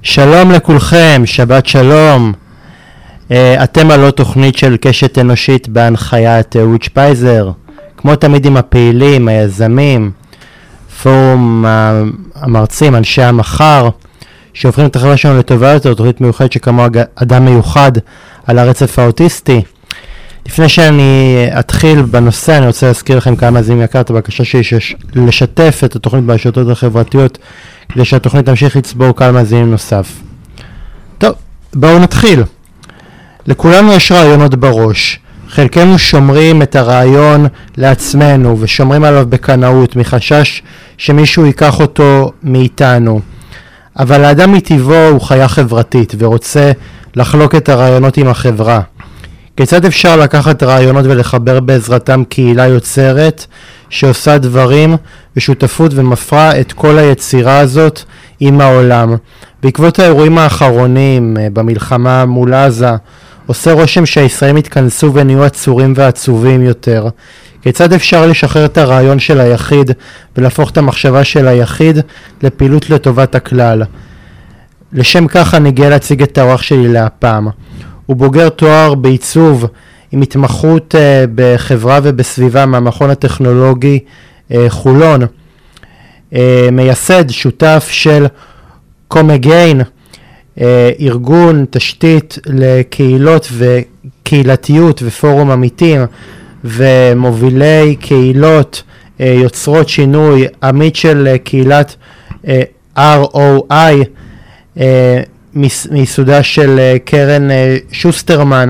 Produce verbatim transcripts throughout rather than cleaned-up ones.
שלום לכולכם, שבת שלום. Uh, אתם על תוכנית של קשת אנושית בהנחיית אהוד שפייזר. כמו תמיד עם הפעילים, היזמים, פורום המרצים, אנשי המחר, שהופכים את החברה שלנו לטובה יותר, תוכנית מיוחדת שכמו אדם מיוחד על הרצף האוטיסטי. לפני שאני אתחיל בנושא, אני רוצה להזכיר לכם כמה מאזינים יקר את הבקשה שלי לשתף את התוכנית ברשתות החברתיות, כדי שהתוכנית תמשיך לצבור קהל מאזינים נוסף. טוב, בואו נתחיל. לכולנו יש רעיונות בראש. חלקנו שומרים את הרעיון לעצמנו ושומרים עליו בקנאות, מחשש שמישהו ייקח אותו מאיתנו. אבל האדם מטבעו הוא חיה חברתית ורוצה לחלוק את הרעיונות עם החברה. כיצד אפשר לקחת רעיונות ולחבר בעזרתם קהילה יוצרת שעושה דברים ושותפות ומפרה את כל היצירה הזאת עם העולם? בעקבות האירועים האחרונים במלחמה מול עזה, עושה רושם שהישראלים התכנסו ונהיו עצורים ועצובים יותר. כיצד אפשר לשחרר את הרעיון של היחיד ולהפוך את המחשבה של היחיד לפעילות לטובת הכלל? לשם כך אני גאה להציג את האורח שלי להפעם. הוא בוגר תואר בעיצוב עם התמחות uh, בחברה ובסביבה מהמכון הטכנולוגי uh, חולון. Uh, מייסד, שותף של קומגיין, uh, ארגון תשתית לקהילות וקהילתיות ופורום עמיתים, ומובילי קהילות uh, יוצרות שינוי, עמית של uh, קהילת uh, אר או איי, uh, מיסודה של קרן שוסטרמן,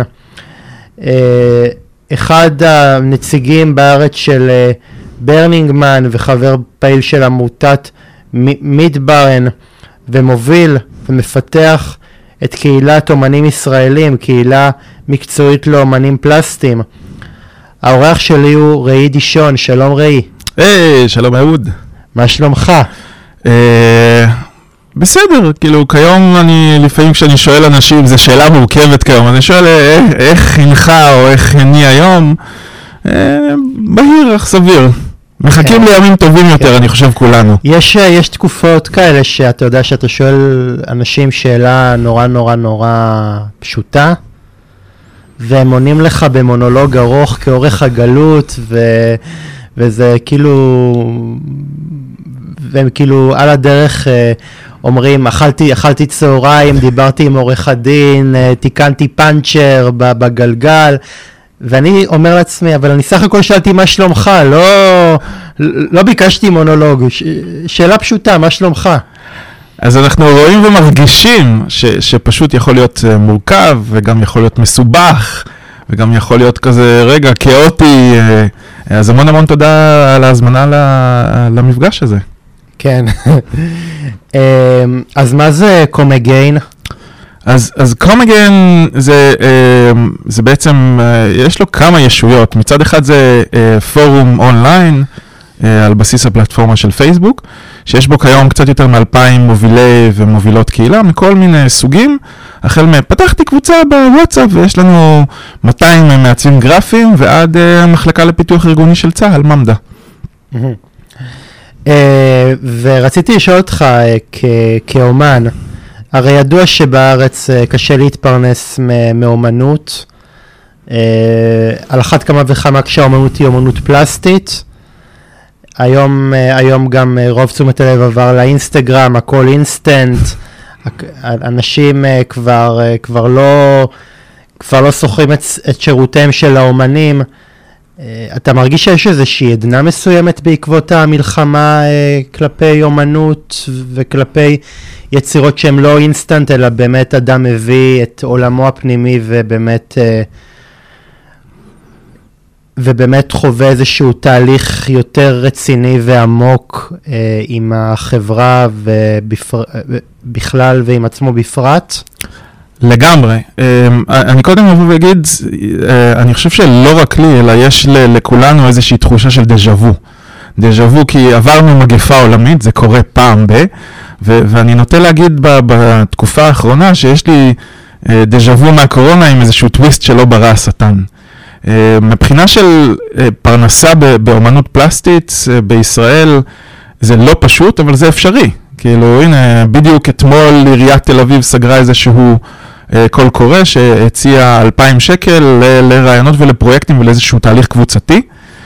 אחד הנציגים בארץ של ברנינגמן וחבר פעיל של עמותת מידברן, ומוביל ומפתח את קהילת אומנים ישראלים, קהילה מקצועית לאומנים פלסטיים. האורח שלי הוא ראי דישון. שלום ראי. היי, שלום אהוד. מה שלומך? אה... בסדר, כאילו כיום אני, לפעמים כשאני שואל אנשים, זו שאלה מורכבת כיום, אני שואל איך, איך הינך או איך הני היום, אה, בהיר, אך סביר. מחכים כן. לימים טובים יותר, כן. אני חושב כולנו. יש, יש תקופות כאלה שאתה יודע שאתה שואל אנשים שאלה נורא נורא נורא פשוטה, והם עונים לך במונולוג ארוך כאורך הגלות, ו, וזה כאילו, והם כאילו על הדרך אה, אומרים, אכלתי, אכלתי צהריים, דיברתי עם עורך הדין, תיקנתי פאנצ'ר בגלגל, ואני אומר לעצמי, אבל אני סך הכל שאלתי מה שלומך, לא, לא ביקשתי מונולוג, ש, שאלה פשוטה, מה שלומך? אז אנחנו רואים ומרגישים ש, שפשוט יכול להיות מורכב, וגם יכול להיות מסובך, וגם יכול להיות כזה רגע כאוטי, אז המון המון תודה על ההזמנה למפגש הזה. כן. אז מה זה קומגיין? אז אז קומגיין זה זה בעצם יש לו כמה ישויות. מצד אחד זה פורום אונליין על בסיס הפלטפורמה של פייסבוק, שיש בו כיום קצת יותר מאלפיים מובילי ומובילות קהילה מכל מיני סוגים. החל מפתחתי קבוצה בוואטסאפ ויש לנו מאתיים מעצבים גרפיים ועד מחלקה לפיתוח ארגוני של צה"ל, ממדה. Uh, ורציתי לשאול אותך uh, כאומן, הרי ידוע שבארץ uh, קשה להתפרנס מאומנות, uh, על אחת כמה וכמה כשהאומנות היא אומנות פלסטית. היום, uh, היום גם uh, רוב תשומת הלב עבר לאינסטגרם, הכל אינסטנט, אנשים uh, כבר, uh, כבר לא, כבר לא שוכרים את, את שירותיהם של האומנים. אתה מרגיש שיש איזושהי עדנה מסוימת בעקבות המלחמה כלפי אומנות וכלפי יצירות שהן לא אינסטנט, אלא באמת אדם מביא את עולמו הפנימי ובאמת ובאמת חווה איזשהו תהליך יותר רציני ועמוק עם החברה ובכלל ועם עצמו בפרט? לגמרי. אני קודם אבוא ואגיד, אני חושב שלא רק לי, אלא יש לכולנו איזושהי תחושה של דז'ה-וו. דז'ה-וו כי עברנו מגפה עולמית, זה קורה פעם ב, ואני נוטה להגיד בתקופה האחרונה שיש לי דז'ה-וו מהקורונה עם איזשהו טוויסט שלא ברא השטן. מבחינה של פרנסה באומנות פלסטית בישראל, זה לא פשוט, אבל זה אפשרי. כאילו, הנה, בדיוק אתמול עיריית תל אביב סגרה איזשהו קול קורא שהציע אלפיים שקל ל- לרעיונות ולפרויקטים ולאיזשהו תהליך קבוצתי.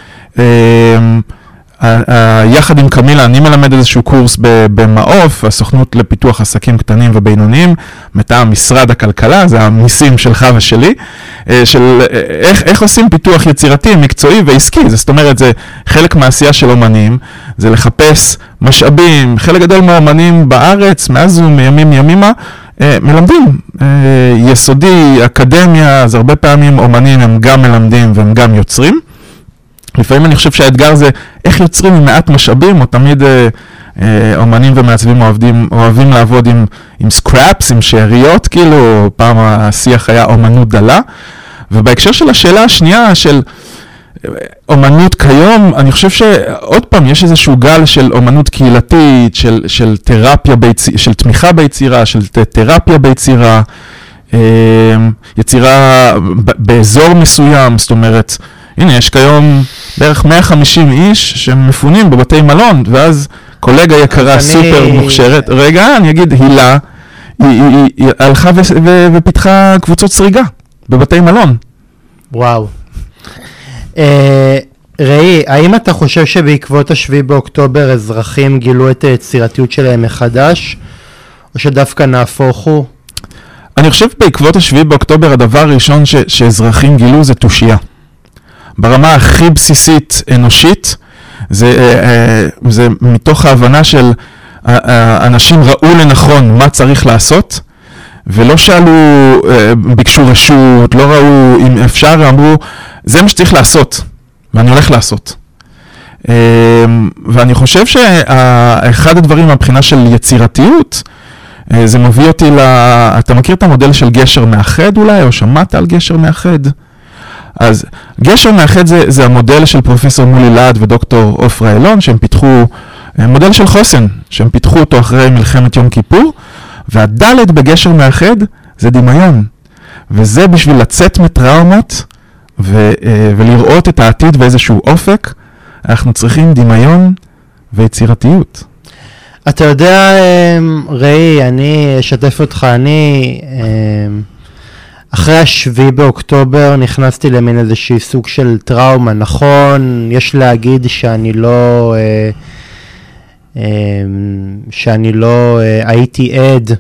יחד עם קמילה, אני מלמד איזשהו קורס במעוף, הסוכנות לפיתוח עסקים קטנים ובינוניים, מטעם משרד הכלכלה, זה המיסים שלך ושלי, של איך, איך עושים פיתוח יצירתי, מקצועי ועסקי. זאת אומרת, זה חלק מהעשייה של אומנים, זה לחפש משאבים, חלק גדול מהאומנים בארץ, מאז ומימים ימימה, מלמדים, יסודי, אקדמיה, אז הרבה פעמים אומנים הם גם מלמדים והם גם יוצרים. לפעמים אני חושב שהאתגר זה איך יוצרים עם מעט משאבים, או תמיד אה, אה, אומנים ומעצבים אוהבים, אוהבים לעבוד עם, עם סקראפס, עם שאריות, כאילו פעם השיח היה אומנות דלה. ובהקשר של השאלה השנייה של אומנות כיום, אני חושב שעוד פעם יש איזשהו גל של אומנות קהילתית, של, של תרפיה, ביצ... של תמיכה ביצירה, של תרפיה ביצירה, אה, יצירה ב- באזור מסוים, זאת אומרת, הנה, יש כיום בערך מאה וחמישים איש שמפונים בבתי מלון, ואז קולגה יקרה אני... סופר מוכשרת, רגע, אני אגיד, הילה, היא, היא, היא, היא הלכה ו- ו- ופיתחה קבוצות סריגה בבתי מלון. וואו. אה, ראי, האם אתה חושב שבעקבות השביעי באוקטובר אזרחים גילו את היצירתיות שלהם מחדש, או שדווקא נהפוך הוא? אני חושב בעקבות השביעי באוקטובר הדבר הראשון ש- שאזרחים גילו זה תושייה. ברמה הכי בסיסית אנושית, זה, זה מתוך ההבנה של אנשים ראו לנכון מה צריך לעשות, ולא שאלו, ביקשו רשות, לא ראו אם אפשר, אמרו, זה מה שצריך לעשות, ואני הולך לעשות. ואני חושב שאחד הדברים מהבחינה של יצירתיות, זה מביא אותי ל... אתה מכיר את המודל של גשר מאחד אולי, או שמעת על גשר מאחד? אז גשר מאחד זה, זה המודל של פרופסור מולי לעד ודוקטור עופרה אילון, שהם פיתחו, מודל של חוסן, שהם פיתחו אותו אחרי מלחמת יום כיפור, והדלת בגשר מאחד זה דמיון. וזה בשביל לצאת מטראומות ו, ולראות את העתיד באיזשהו אופק, אנחנו צריכים דמיון ויצירתיות. אתה יודע, ראי, אני אשתף אותך, אני... אחרי השביעי באוקטובר נכנסתי למין איזושהי סוג של טראומה. נכון, יש להגיד שאני לא, אה, אה, שאני לא אה, הייתי עד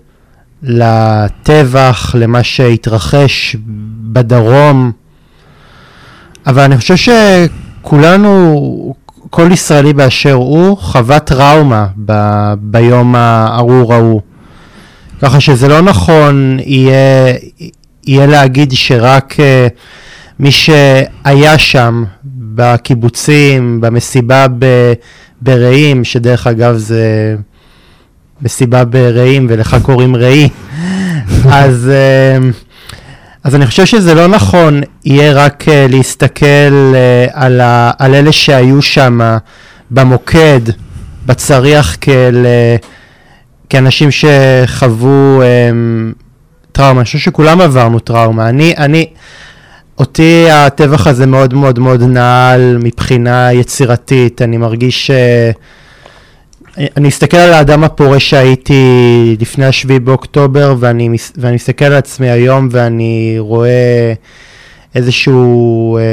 לטבח, למה שהתרחש בדרום, אבל אני חושב שכולנו, כל ישראלי באשר הוא, חווה טראומה ב, ביום הארור ההוא. ככה שזה לא נכון יהיה... יהיה להגיד שרק uh, מי שהיה שם בקיבוצים, במסיבה ב- ברעים, שדרך אגב זה מסיבה ברעים ולך קוראים ראי, אז, uh, אז אני חושב שזה לא נכון יהיה רק uh, להסתכל uh, על, ה- על אלה שהיו שם במוקד, בצריח כאל, uh, כאנשים שחוו... Um, טראומה, אני חושב שכולם עברנו טראומה. אני, אני, אותי הטבח הזה מאוד מאוד מאוד נעל מבחינה יצירתית. אני מרגיש ש... אני אסתכל על האדם הפורה שהייתי לפני השביעי באוקטובר, ואני, ואני אסתכל על עצמי היום, ואני רואה איזשהו אה,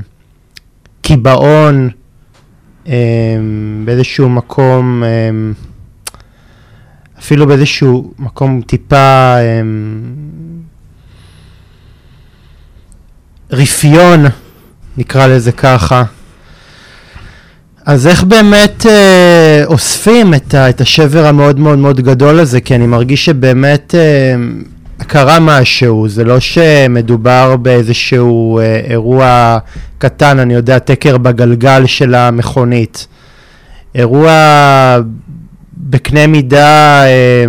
קיבעון, אה, באיזשהו מקום... אה, אפילו באיזשהו מקום טיפה הם, רפיון, נקרא לזה ככה. אז איך באמת אה, אוספים את, ה, את השבר המאוד מאוד מאוד גדול הזה? כי אני מרגיש שבאמת אה, קרה משהו, זה לא שמדובר באיזשהו אה, אירוע קטן, אני יודע, תקר בגלגל של המכונית. אירוע... בקנה מידה אה,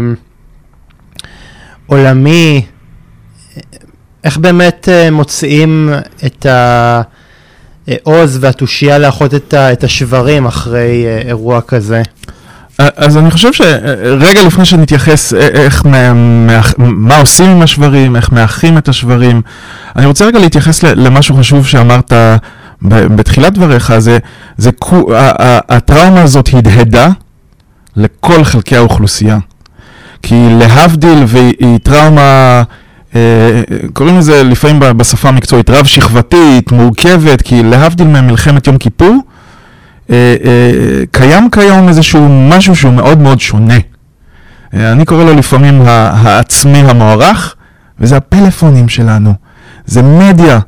עולמי, איך באמת אה, מוצאים את העוז והתושייה לאחות את, ה, את השברים אחרי אה, אירוע כזה? אז אני חושב שרגע לפני שנתייחס איך, מה, מה, מה עושים עם השברים, איך מאחים את השברים, אני רוצה רגע להתייחס למשהו חשוב שאמרת בתחילת דבריך, זה, זה, הטראומה הזאת הדהדה, לכל חלקי האוכלוסייה. כי להבדיל והיא טראומה, קוראים לזה לפעמים בשפה המקצועית, רב שכבתית, מורכבת, כי להבדיל ממלחמת יום כיפור, קיים כיום איזשהו משהו שהוא מאוד מאוד שונה. אני קורא לו לפעמים העצמי המוערך, וזה הפלאפונים שלנו. זה מדיה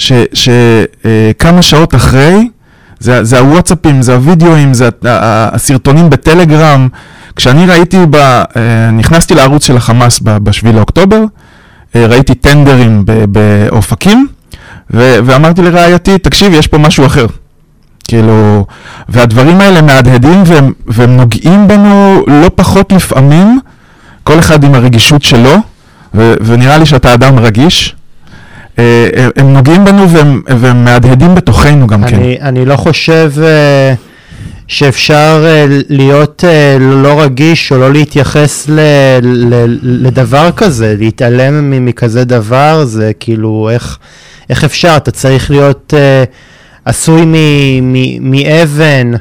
שכמה שעות אחרי, זה, זה הוואטסאפים, זה הוידאוים, זה הסרטונים בטלגרם. כשאני ראיתי, ב, נכנסתי לערוץ של החמאס בשביל לאוקטובר, ראיתי טנדרים באופקים, ואמרתי לרעייתי, תקשיב, יש פה משהו אחר. כאילו, והדברים האלה מהדהדים, והם, והם נוגעים בנו לא פחות לפעמים, כל אחד עם הרגישות שלו, ו, ונראה לי שאתה אדם רגיש, הם נוגעים בנו והם, והם מהדהדים בתוכנו גם אני, כן. אני לא חושב שאפשר להיות לא רגיש או לא להתייחס ל, ל, לדבר כזה, להתעלם מכזה דבר, זה כאילו איך, איך אפשר, אתה צריך להיות עשוי מ, מ, מאבן,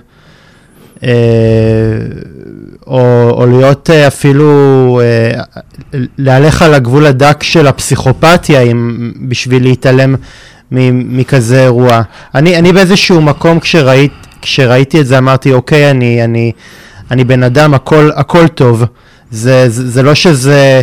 או, או להיות אפילו להלך על הגבול הדק של הפסיכופתיה אם, בשביל להתעלם מ, מכזה אירוע. אני, אני באיזשהו מקום כשראית, כשראיתי את זה אמרתי אוקיי, אני, אני, אני בן אדם, הכל, הכל טוב. זה, זה, זה לא שזה,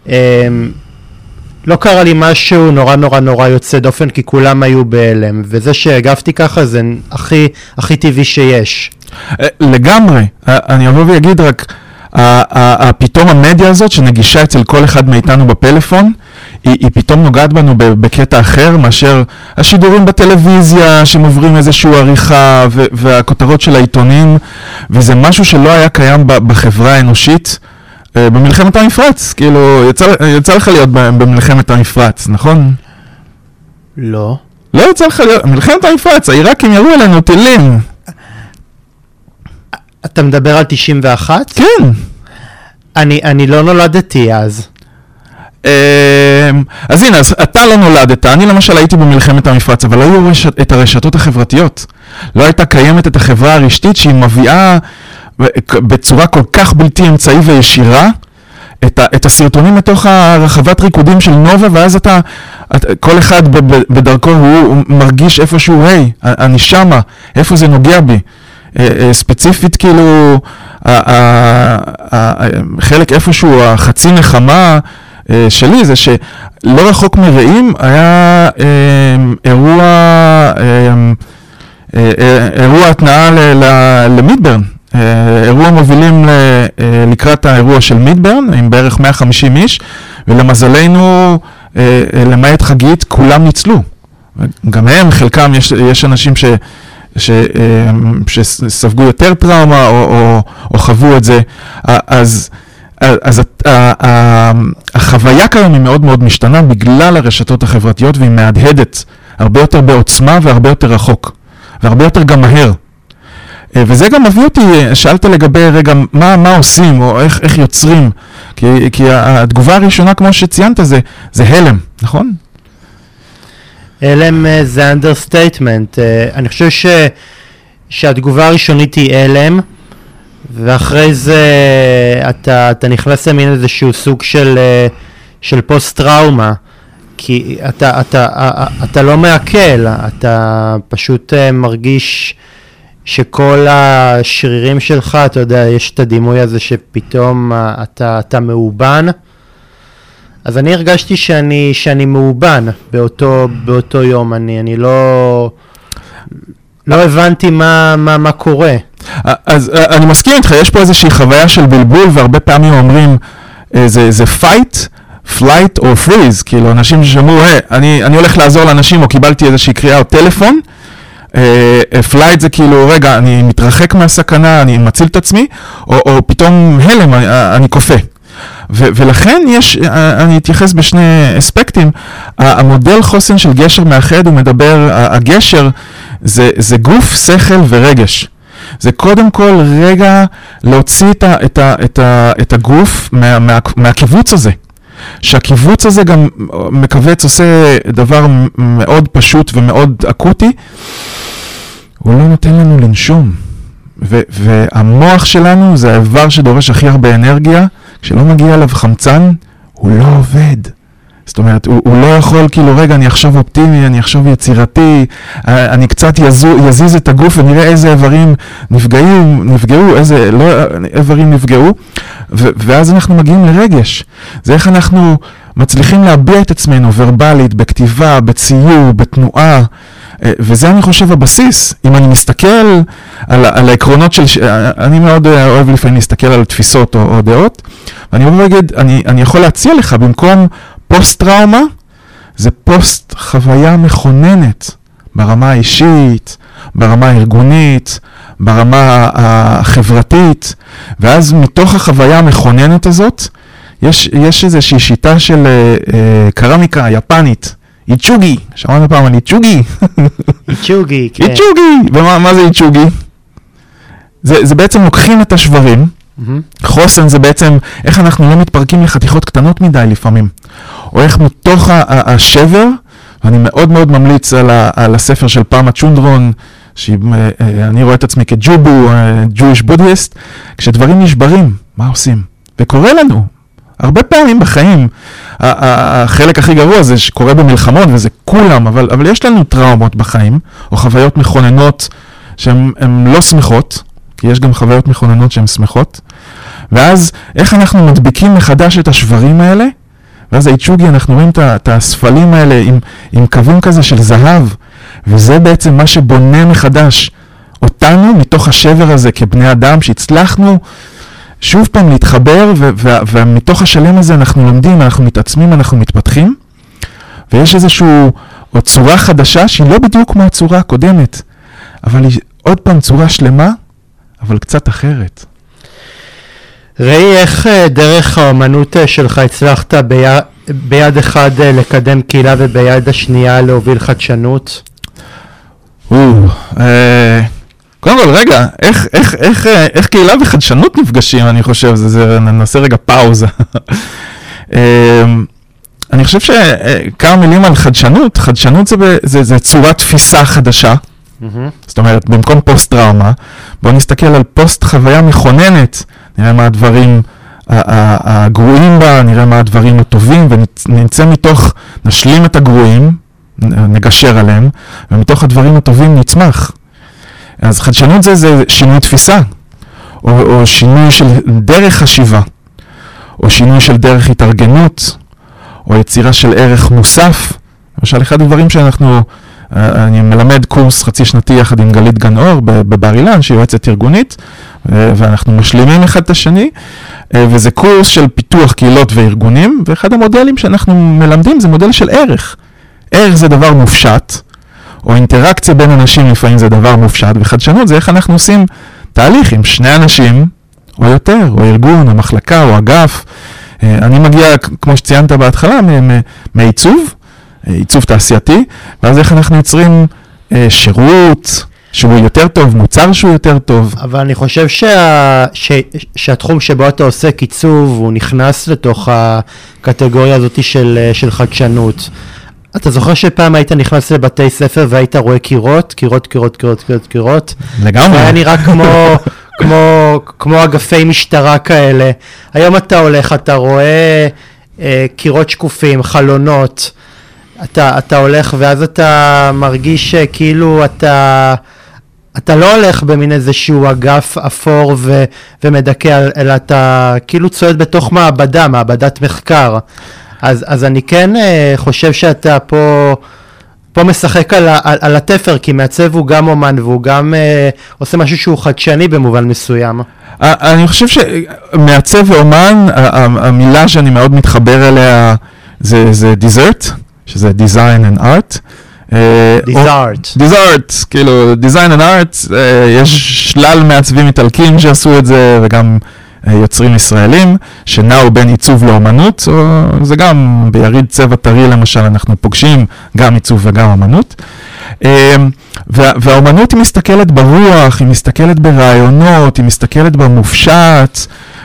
לא קרה לי משהו נורא נורא נורא יוצא דופן כי כולם היו בהלם, וזה שהגבתי ככה זה הכי, הכי טבעי שיש. לגמרי, אני אבוא ויגיד רק, פתאום המדיה הזאת שנגישה אצל כל אחד מאיתנו בפלאפון, היא, היא פתאום נוגעת בנו בקטע אחר מאשר השידורים בטלוויזיה שמוברים איזושהי עריכה ו- והכותרות של העיתונים, וזה משהו שלא היה קיים בחברה האנושית במלחמת המפרץ. כאילו, יצא, יצא לך להיות במלחמת המפרץ, נכון? לא. לא יצא לך להיות, מלחמת המפרץ, העיראקים ירו אלינו טילים. אתה מדבר על תשעים ואחת? כן. אני, אני לא נולדתי אז. אז הנה, אז אתה לא נולדת, אני למשל הייתי במלחמת המפרץ, אבל לא היו רשת, את הרשתות החברתיות. לא הייתה קיימת את החברה הרשתית שהיא מביאה בצורה כל כך בלתי אמצעי וישירה את, ה, את הסרטונים מתוך הרחבת ריקודים של נובה, ואז אתה, את, כל אחד ב, ב, בדרכו הוא, הוא מרגיש איפשהו, היי, אני שמה, איפה זה נוגע בי. ספציפית כאילו, חלק איפשהו, החצי נחמה שלי זה שלא רחוק מרעים היה אירוע, אירוע התנאה למידברן. אירוע מובילים לקראת האירוע של מידברן, עם בערך מאה וחמישים איש, ולמזלנו, למעט חגית, כולם ניצלו. גם הם, חלקם, יש, יש אנשים ש... ש, שספגו יותר טראומה או, או, או חוו את זה, אז, אז החוויה כיום היא מאוד מאוד משתנה בגלל הרשתות החברתיות, והיא מהדהדת הרבה יותר בעוצמה והרבה יותר רחוק, והרבה יותר גם מהר. וזה גם מביא אותי, שאלת לגבי רגע מה, מה עושים או איך, איך יוצרים, כי, כי התגובה הראשונה כמו שציינת זה, זה הלם, נכון? הלם זה understatement. אני חושב ש... שהתגובה הראשונית היא הלם, ואחרי זה אתה, אתה נכנס למין איזשהו סוג של, של פוסט-טראומה, כי אתה, אתה, אתה לא מעכל, אתה פשוט מרגיש שכל השרירים שלך, אתה יודע, יש את הדימוי הזה שפתאום אתה, אתה מאובן, אז אני הרגשתי שאני, שאני מאובן באותו, באותו יום, אני, אני לא, לא הבנתי מה, מה, מה קורה. אז אני מסכים איתך, יש פה איזושהי חוויה של בלבול, והרבה פעמים אומרים, זה, זה fight, flight or freeze, כאילו אנשים ששמעו, hey, אני, אני הולך לעזור לאנשים, או קיבלתי איזושהי קריאה או טלפון, flight זה כאילו, רגע, אני מתרחק מהסכנה, אני מציל את עצמי, או, או פתאום הלם, אני, אני קופא. ו- ולכן יש, אני אתייחס בשני אספקטים, המודל חוסן של גשר מאחד, הוא מדבר, הגשר זה, זה גוף, שכל ורגש. זה קודם כל רגע להוציא את, ה, את, ה, את, ה, את הגוף מה, מה, מהקיבוץ הזה. שהקיבוץ הזה גם מקבץ, עושה דבר מאוד פשוט ומאוד אקוטי, הוא לא נותן לנו לנשום. ו- והמוח שלנו זה האיבר שדורש הכי הרבה אנרגיה, כשלא מגיע אליו חמצן, הוא לא עובד. זאת אומרת, הוא, הוא לא יכול, כאילו, רגע, אני אחשוב אופטימי, אני אחשוב יצירתי, אני קצת יזו, יזיז את הגוף ונראה איזה איברים נפגעו, נפגעו, איזה לא, איברים נפגעו, ו, ואז אנחנו מגיעים לרגש. זה איך אנחנו מצליחים להביע את עצמנו, ורבלית, בכתיבה, בציור, בתנועה, וזה אני חושב הבסיס. אם אני מסתכל על, על העקרונות של, אני מאוד אוהב לפעמים להסתכל על תפיסות או, או דעות, ואני אומר להגיד, אני, אני יכול להציע לך במקום פוסט-טראומה, זה פוסט חוויה מכוננת, ברמה האישית, ברמה הארגונית, ברמה החברתית, ואז מתוך החוויה המכוננת הזאת, יש, יש איזושהי שיטה של אה, קרמיקה יפנית, איצ'וגי, שמענו פעם על איצ'וגי. איצ'וגי, כן. איצ'וגי, ומה מה זה איצ'וגי? זה, זה בעצם לוקחים את השברים, mm-hmm. חוסן זה בעצם איך אנחנו לא מתפרקים לחתיכות קטנות מדי לפעמים, או איך מתוך השבר, ואני מאוד מאוד ממליץ על, ה, על הספר של פאמה צ'ונדרון, שאני רואה את עצמי כג'ובו, Jewish Buddhist, כשדברים נשברים, מה עושים? וקורה לנו. הרבה פעמים בחיים, החלק הכי גרוע זה שקורה במלחמות, וזה כולם, אבל, אבל יש לנו טראומות בחיים, או חוויות מכוננות שהן לא שמחות, כי יש גם חוויות מכוננות שהן שמחות, ואז איך אנחנו מדביקים מחדש את השברים האלה, ואז האיצ'וגי אנחנו רואים את הספלים האלה עם, עם קווים כזה של זהב, וזה בעצם מה שבונה מחדש אותנו מתוך השבר הזה כבני אדם, שהצלחנו שוב פעם להתחבר, ו- ו- ומתוך השלם הזה אנחנו לומדים, אנחנו מתעצמים, אנחנו מתפתחים, ויש איזושהי צורה חדשה שהיא לא בדיוק כמו הצורה הקודמת, אבל היא עוד פעם צורה שלמה, אבל קצת אחרת. ראי, איך דרך האמנות שלך הצלחת ביד, ביד אחד לקדם קהילה וביד השנייה להוביל חדשנות? או, אה... קודם כל, רגע, איך, איך, איך, איך קהילה וחדשנות נפגשים, אני חושב, זה, זה, נעשה רגע פאוזה. אני חושב שכמה מילים על חדשנות, חדשנות זה, זה, זה צורת תפיסה חדשה, זאת אומרת, במקום פוסט-טראומה, בואו נסתכל על פוסט-חוויה מכוננת, נראה מה הדברים הגרועים בה, נראה מה הדברים הטובים, ונצא מתוך, נשלים את הגרועים, נגשר עליהם, ומתוך הדברים הטובים נצמח. אז חדשנות זה, זה שינוי תפיסה, או, או שינוי של דרך חשיבה, או שינוי של דרך התארגנות, או יצירה של ערך מוסף. למשל, אחד הדברים שאנחנו, אני מלמד קורס חצי שנתי יחד עם גלית גן-אור בבר אילן, שהיא יועצת ארגונית, ואנחנו משלימים אחד את השני, וזה קורס של פיתוח קהילות וארגונים, ואחד המודלים שאנחנו מלמדים זה מודל של ערך. ערך זה דבר מופשט, או אינטראקציה בין אנשים לפעמים זה דבר מופשט, וחדשנות זה איך אנחנו עושים תהליך עם שני אנשים, או יותר, או ארגון, או מחלקה, או אגף. אני מגיע, כמו שציינת בהתחלה, מעיצוב, עיצוב תעשייתי, ואז איך אנחנו יוצרים שירות שהוא יותר טוב, מוצר שהוא יותר טוב. אבל אני חושב שה... ש... שהתחום שבו אתה עושה עיצוב, הוא נכנס לתוך הקטגוריה הזאת של, של חדשנות. אתה זוכר שפעם היית נכנס לבתי ספר והיית רואה קירות, קירות, קירות, קירות, קירות, קירות? לגמרי. היה נראה כמו, כמו, כמו אגפי משטרה כאלה. היום אתה הולך, אתה רואה אה, קירות שקופים, חלונות, אתה, אתה הולך ואז אתה מרגיש כאילו אתה, אתה לא הולך במין איזשהו אגף אפור ו, ומדכא, אלא אתה כאילו צועד בתוך מעבדה, מעבדת מחקר. אז, אז אני כן uh, חושב שאתה פה, פה משחק על, על, על התפר, כי מעצב הוא גם אומן והוא גם uh, עושה משהו שהוא חדשני במובן מסוים. אני חושב שמעצב ואומן, המילה שאני מאוד מתחבר אליה זה, זה dessert, שזה design and art. dessert. dessert, כאילו design and art, יש שלל מעצבים איטלקים שעשו את זה וגם יוצרים ישראלים, שנעו בין עיצוב לאומנות, או זה גם ביריד צבע טרי למשל, אנחנו פוגשים גם עיצוב וגם אומנות. וה, והאומנות היא מסתכלת ברוח, היא מסתכלת ברעיונות, היא מסתכלת במופשט,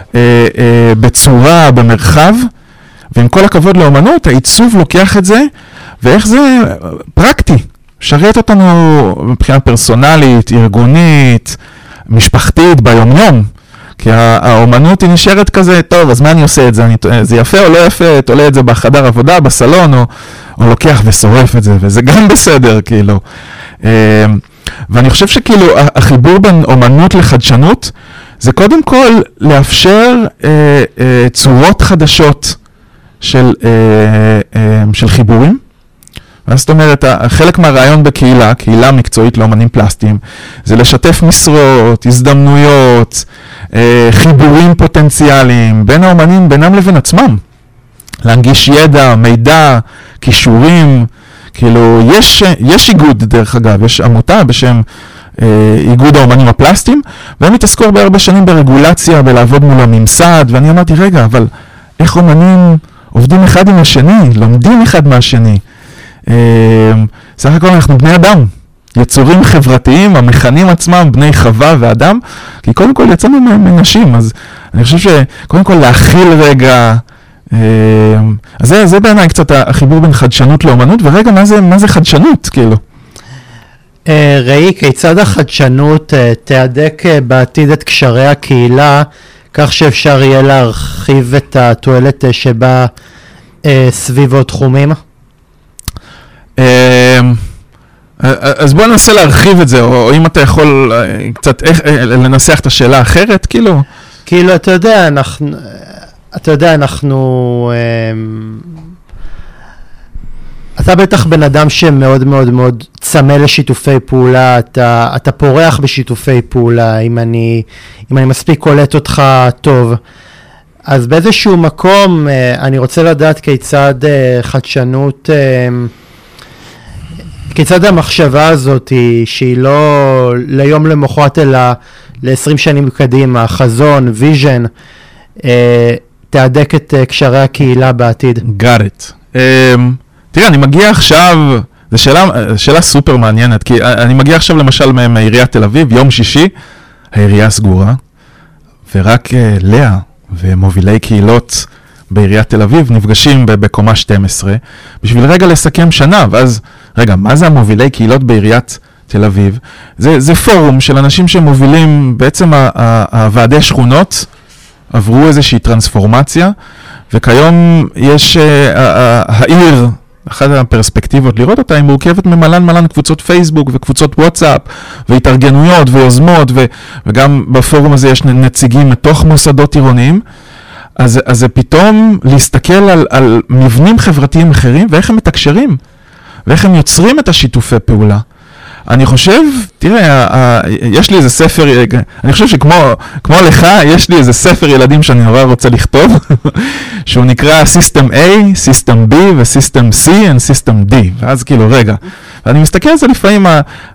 בצורה, במרחב, ועם כל הכבוד לאומנות, העיצוב לוקח את זה, ואיך זה פרקטי, שרת אותנו מבחינה פרסונלית, ארגונית, משפחתית ביום-יום, כי האומנות היא נשארת כזה, טוב, אז מה אני עושה את זה? אני, זה יפה או לא יפה? תולה את זה בחדר עבודה, בסלון, או, או לוקח ושורף את זה, וזה גם בסדר, כאילו. ואני חושב שכאילו, החיבור בין אומנות לחדשנות, זה קודם כל לאפשר אה, אה, צורות חדשות של, אה, אה, של חיבורים. זאת אומרת, חלק מהרעיון בקהילה, קהילה מקצועית לאומנים פלסטיים, זה לשתף משרות, הזדמנויות, אה, חיבורים פוטנציאליים בין האומנים, בינם לבין עצמם. להנגיש ידע, מידע, כישורים, כאילו, יש, יש איגוד, דרך אגב, יש עמותה בשם אה, איגוד האומנים הפלסטיים, והם התעסקו הרבה הרבה שנים ברגולציה, בלעבוד מול הממסד, ואני אמרתי, רגע, אבל איך אומנים עובדים אחד עם השני, לומדים אחד מהשני? אה, סך הכל אנחנו בני אדם, יצורים חברתיים, המכנים עצמם בני חווה ואדם, כי קודם כל יצאנו מנשים, אז אני חושב שקודם כל להכיל רגע, אז זה, זה בעיניי קצת החיבור בין חדשנות לאומנות, ורגע, מה זה, מה זה חדשנות, כאילו? ראי, כיצד החדשנות תהדק בעתיד את קשרי הקהילה, כך שאפשר יהיה להרחיב את התועלת שבה סביב עוד תחומים? אז בוא ננסה להרחיב את זה, או אם אתה יכול קצת לנסח את השאלה האחרת, כאילו? כאילו, אתה יודע, אנחנו... אתה יודע, אנחנו... אתה בטח בן אדם שמאוד מאוד מאוד צמא לשיתופי פעולה, אתה, אתה פורח בשיתופי פעולה, אם אני, אם אני מספיק קולט אותך טוב. אז באיזשהו מקום, אני רוצה לדעת כיצד חדשנות, כיצד המחשבה הזאת, שהיא לא ליום למחרת, אלא ל-עשרים שנים קדימה, חזון, ויז'ן, תהדק את קשרי הקהילה בעתיד. Got it. Um, תראה, אני מגיע עכשיו, זו שאלה, שאלה סופר מעניינת, כי אני מגיע עכשיו למשל מעיריית תל אביב, יום שישי, העירייה סגורה, ורק uh, לאה ומובילי קהילות בעיריית תל אביב נפגשים בקומה שתים עשרה, בשביל רגע לסכם שנה, ואז, רגע, מה זה המובילי קהילות בעיריית תל אביב? זה, זה פורום של אנשים שמובילים, בעצם הוועדי שכונות, עברו איזושהי טרנספורמציה, וכיום יש, העיר, אחת הפרספקטיבות לראות אותה, היא מורכבת ממלן מלן קבוצות פייסבוק וקבוצות וואטסאפ, והתארגנויות ויוזמות, ו, וגם בפורום הזה יש נציגים מתוך מוסדות עירוניים, אז, אז זה פתאום להסתכל על, על מבנים חברתיים אחרים, ואיך הם מתקשרים, ואיך הם יוצרים את השיתופי פעולה. אני חושב, תראה, יש לי איזה ספר, אני חושב שכמו כמו לך, יש לי איזה ספר ילדים שאני נורא רוצה לכתוב, שהוא נקרא System A, System B ו-System C and System D. ואז כאילו, רגע, ואני מסתכל על זה לפעמים,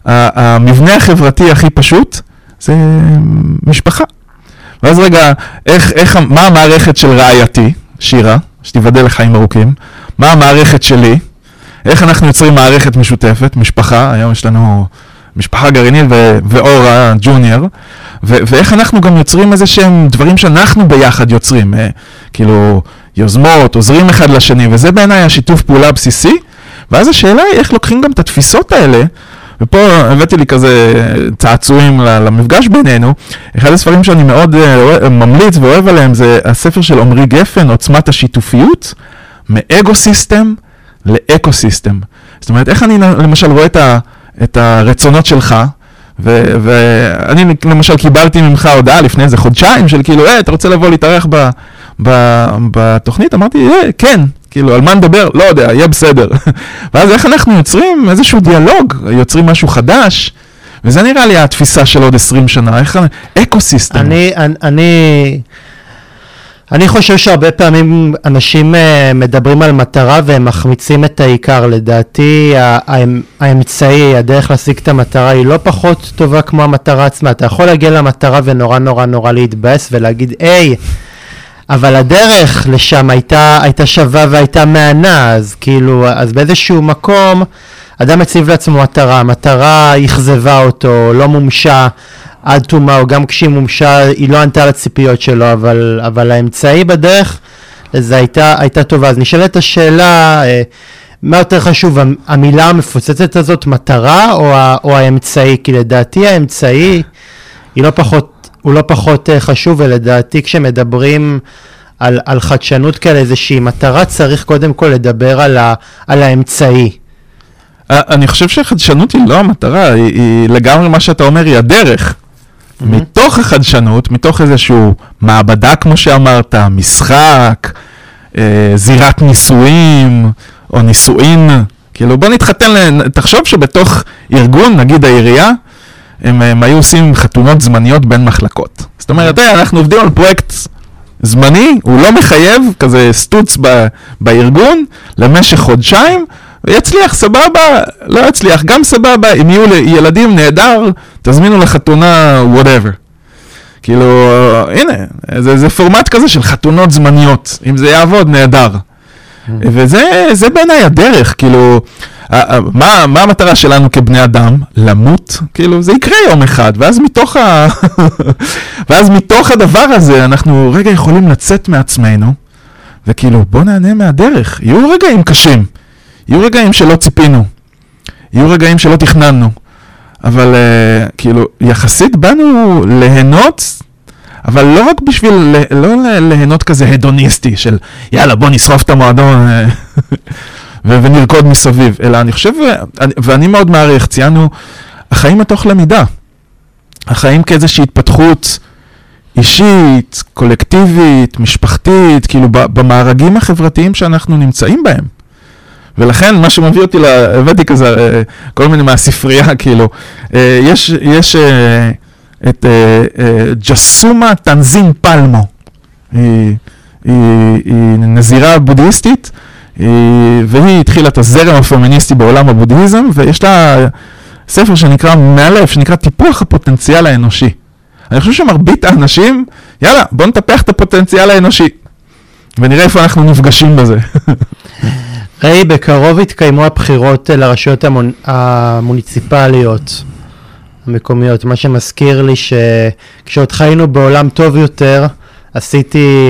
המבנה החברתי הכי פשוט, זה משפחה. ואז רגע, איך, איך, מה המערכת של רעייתי, שירה, שתיבדל לחיים ארוכים, מה המערכת שלי, איך אנחנו יוצרים מערכת משותפת, משפחה, היום יש לנו משפחה גרעינית ו- ואורה ג'וניור, ו- ואיך אנחנו גם יוצרים איזה שהם דברים שאנחנו ביחד יוצרים, אה, כאילו יוזמות, עוזרים אחד לשני, וזה בעיניי השיתוף פעולה הבסיסי, ואז השאלה היא איך לוקחים גם את התפיסות האלה, ופה הבאתי לי כזה צעצועים למפגש בינינו, אחד הספרים שאני מאוד אה, ממליץ ואוהב עליהם, זה הספר של עומרי גפן, עוצמת השיתופיות, מאגו-סיסטם, לאקו-סיסטם. זאת אומרת, איך אני למשל רואה את, ה, את הרצונות שלך, ו, ואני למשל קיבלתי ממך הודעה לפני איזה חודשיים, של כאילו, אה, אתה רוצה לבוא להתארח ב, ב, בתוכנית? אמרתי, אה, כן, כאילו, על מה נדבר? לא יודע, יהיה בסדר. ואז איך אנחנו יוצרים איזשהו דיאלוג, יוצרים משהו חדש, וזה נראה לי התפיסה של עוד עשרים שנה, איך אקו-סיסטם. אני, אני, אני... אני חושב שהרבה פעמים אנשים מדברים על מטרה והם מחמיצים את העיקר. לדעתי האמצעי, הדרך להשיג את המטרה היא לא פחות טובה כמו המטרה עצמה. אתה יכול להגיע למטרה ונורא נורא נורא להתבאס ולהגיד, היי, אבל הדרך לשם הייתה, הייתה שווה והייתה מענה, אז כאילו, אז באיזשהו מקום אדם מציב לעצמו מטרה, המטרה הכזבה אותו, לא מומשה עד תומה, או גם כשהיא מומשה, היא לא ענתה לציפיות שלו, אבל, אבל האמצעי בדרך, זה הייתה, הייתה טובה. אז נשאלת השאלה, מה יותר חשוב, המילה המפוצצת הזאת, מטרה, או, או האמצעי? כי לדעתי האמצעי היא לא פחות, הוא לא פחות חשוב, ולדעתי כשמדברים על, על חדשנות כאלה איזושהי מטרה, צריך קודם כל לדבר על, ה, על האמצעי. אני חושב שחדשנות היא לא המטרה, היא, היא לגמרי מה שאתה אומר, היא הדרך. Mm-hmm. מתוך החדשנות, מתוך איזשהו מעבדה, כמו שאמרת, משחק, אה, זירת ניסויים, או ניסויים, כאילו בוא נתחתן, תחשוב שבתוך ארגון, נגיד העירייה, הם, הם היו עושים חתונות זמניות בין מחלקות. זאת אומרת, hey, אנחנו עובדים על פרויקט זמני, הוא לא מחייב, כזה סטוץ ב, בארגון, למשך חודשיים, ויצליח, סבבה, לא יצליח, גם סבבה, אם יהיו ילדים נהדר, תזמינו לחתונה, whatever. כאילו, הנה, זה, זה פורמט כזה של חתונות זמניות, אם זה יעבוד, נהדר. וזה, זה בעיניי הדרך, כאילו, מה, מה המטרה שלנו כבני אדם? למות, כאילו, זה יקרה יום אחד, ואז מתוך ה... ואז מתוך הדבר הזה, אנחנו רגע יכולים לצאת מעצמנו, וכאילו, בוא נענה מהדרך, יהיו רגעים קשים. יהיו רגעים שלא ציפינו, יהיו רגעים שלא תכננו, אבל uh, כאילו יחסית באנו ליהנות, אבל לא רק בשביל, לא ליהנות כזה הדוניסטי של יאללה בוא נשרוף את המועדון ו- ונרקוד מסביב, אלא אני חושב, ואני, ואני מאוד מעריך, ציינו, החיים מתוך למידה, החיים כאיזושהי התפתחות אישית, קולקטיבית, משפחתית, כאילו במארגים החברתיים שאנחנו נמצאים בהם. ולכן מה שמביא אותי, הבאתי כזה, כל מיני מהספרייה, כאילו, יש, יש את ג'סומה טנזין פלמו, היא, היא, היא נזירה בודהיסטית, והיא התחילה את הזרם הפמיניסטי בעולם הבודהיזם, ויש לה ספר שנקרא מאלף, שנקרא טיפוח הפוטנציאל האנושי. אני חושב שמרבית האנשים, יאללה, בוא נטפח את הפוטנציאל האנושי, ונראה איפה אנחנו נפגשים בזה. ראי, בקרוב התקיימו הבחירות לרשויות המונ... המוניציפליות המקומיות, מה שמזכיר לי שכשעוד חיינו בעולם טוב יותר, עשיתי,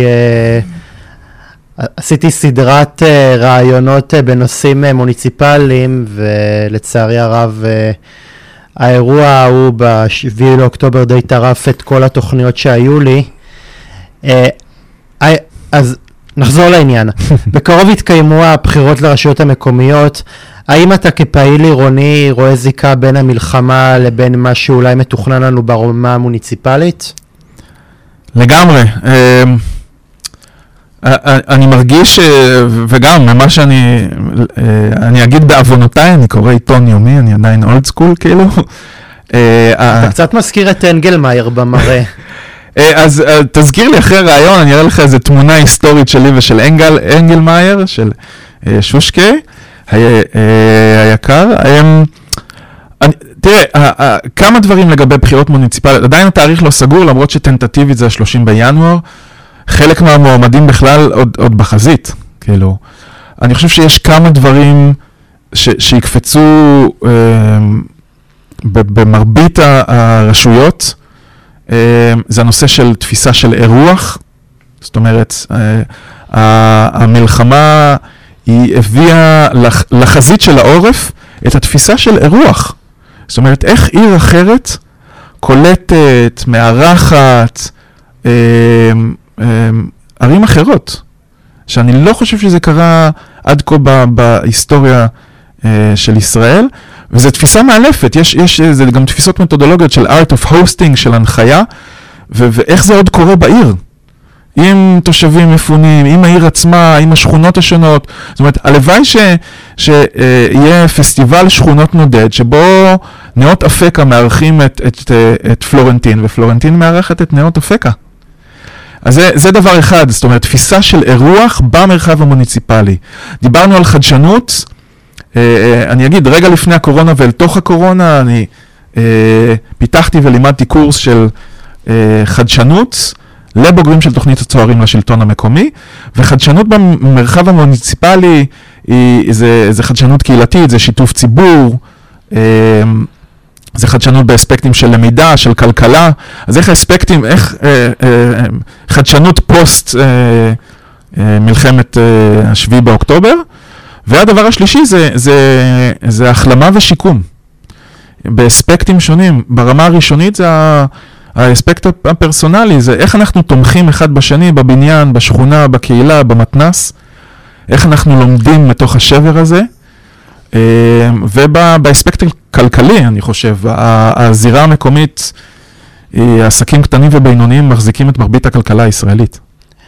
אה, עשיתי סדרת אה, רעיונות אה, בנושאים אה, מוניציפליים, ולצערי הרב אה, האירוע ההוא בשביעי לאוקטובר די טרף את כל התוכניות שהיו לי. אה, אה, אז נחזור לעניין. בקרוב התקיימו הבחירות לרשויות המקומיות. האם אתה כפעיל עירוני רואה זיקה בין המלחמה לבין מה שאולי מתוכנן לנו ברמה המוניציפלית? לגמרי. אני מרגיש, וגם ממה שאני, אני אגיד בעוונותיי, אני קורא עיתון יומי, אני עדיין אולד סקול כאילו. אתה קצת מזכיר את אנגלמאייר במראה. אז תזכיר לי אחרי הרעיון, אני אראה לך איזו תמונה היסטורית שלי ושל אנגל, אנגלמאייר, של שושקה, היקר. תראה, כמה דברים לגבי בחירות מוניציפליות, עדיין התאריך לא סגור, למרות שטנטטיבית זה ה-שלושים בינואר, חלק מהמועמדים בכלל עוד, עוד בחזית, כאילו. אני חושב שיש כמה דברים ש, שיקפצו אה, במרבית הרשויות, זה הנושא של תפיסה של אירוח, זאת אומרת, המלחמה היא הביאה לחזית של העורף את התפיסה של אירוח. זאת אומרת, איך עיר אחרת קולטת, מארחת, ערים אחרות, שאני לא חושב שזה קרה עד כה בהיסטוריה של ישראל, וזו תפיסה מאלפת, יש, יש, זה גם תפיסות מתודולוגיות של art of hosting, של הנחיה, ו- ואיך זה עוד קורה בעיר. עם תושבים מפונים, עם העיר עצמה, עם השכונות השונות. זאת אומרת, הלוואי ש- שיהיה פסטיבל שכונות נודד, שבו נאות אפקה מארחים את, את, את פלורנטין, ופלורנטין מארחת את נאות אפקה. אז זה, זה דבר אחד, זאת אומרת, תפיסה של אירוח במרחב המוניציפלי. דיברנו על חדשנות, אני אגיד, רגע לפני הקורונה ואל תוך הקורונה, אני פיתחתי ולימדתי קורס של חדשנות לבוגרים של תוכנית הצוערים לשלטון המקומי, וחדשנות במרחב המוניציפלי זה, זה חדשנות קהילתית, זה שיתוף ציבור, זה חדשנות באספקטים של למידה, של כלכלה, אז איך האספקטים, איך חדשנות פוסט מלחמת השביעי באוקטובר, והדבר השלישי זה, זה, זה החלמה ושיקום. באספקטים שונים. ברמה הראשונית זה האספקט הפרסונלי זה איך אנחנו תומכים אחד בשני, בבניין, בשכונה, בקהילה, במתנס, איך אנחנו לומדים מתוך השבר הזה, ובאספקט הכלכלי, אני חושב, הזירה המקומית, עסקים קטנים ובינוניים מחזיקים את מרבית הכלכלה הישראלית.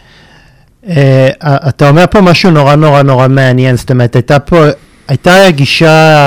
אתה אומר פה משהו נורא נורא נורא מעניין, זאת אומרת, הייתה פה, הייתה גישה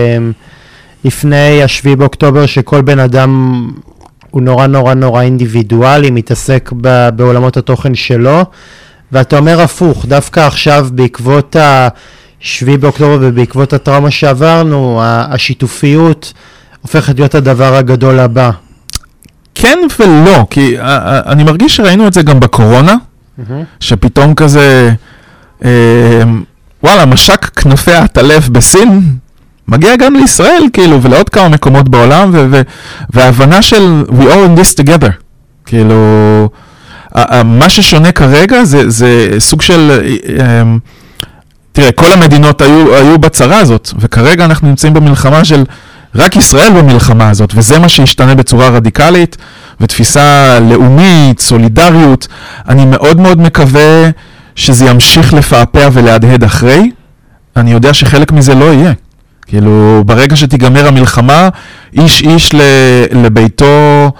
לפני השביעי באוקטובר שכל בן אדם הוא נורא נורא נורא אינדיבידואלי, מתעסק בעולמות התוכן שלו, ואתה אומר הפוך, דווקא עכשיו בעקבות השביעי באוקטובר ובעקבות הטראומה שעברנו, השיתופיות הופכת להיות הדבר הגדול הבא. כן ולא, כי אני מרגיש שראינו את זה גם בקורונה, שפתאום כזה, וואלה, משק כנפי העטלף בסין, מגיע גם לישראל, כאילו, ולעוד כמה מקומות בעולם, וההבנה של we all in this together. כאילו, מה ששונה כרגע זה סוג של, תראה, כל המדינות היו בצרה הזאת, וכרגע אנחנו נמצאים במלחמה של רק ישראל במלחמה הזאת, וזה מה שישתנה בצורה רדיקלית, ותפיסה לאומית, סולידריות. אני מאוד מאוד מקווה שזה ימשיך לפעפע ולהדהד אחרי. אני יודע שחלק מזה לא יהיה. כאילו, ברגע שתיגמר המלחמה, איש איש לביתו,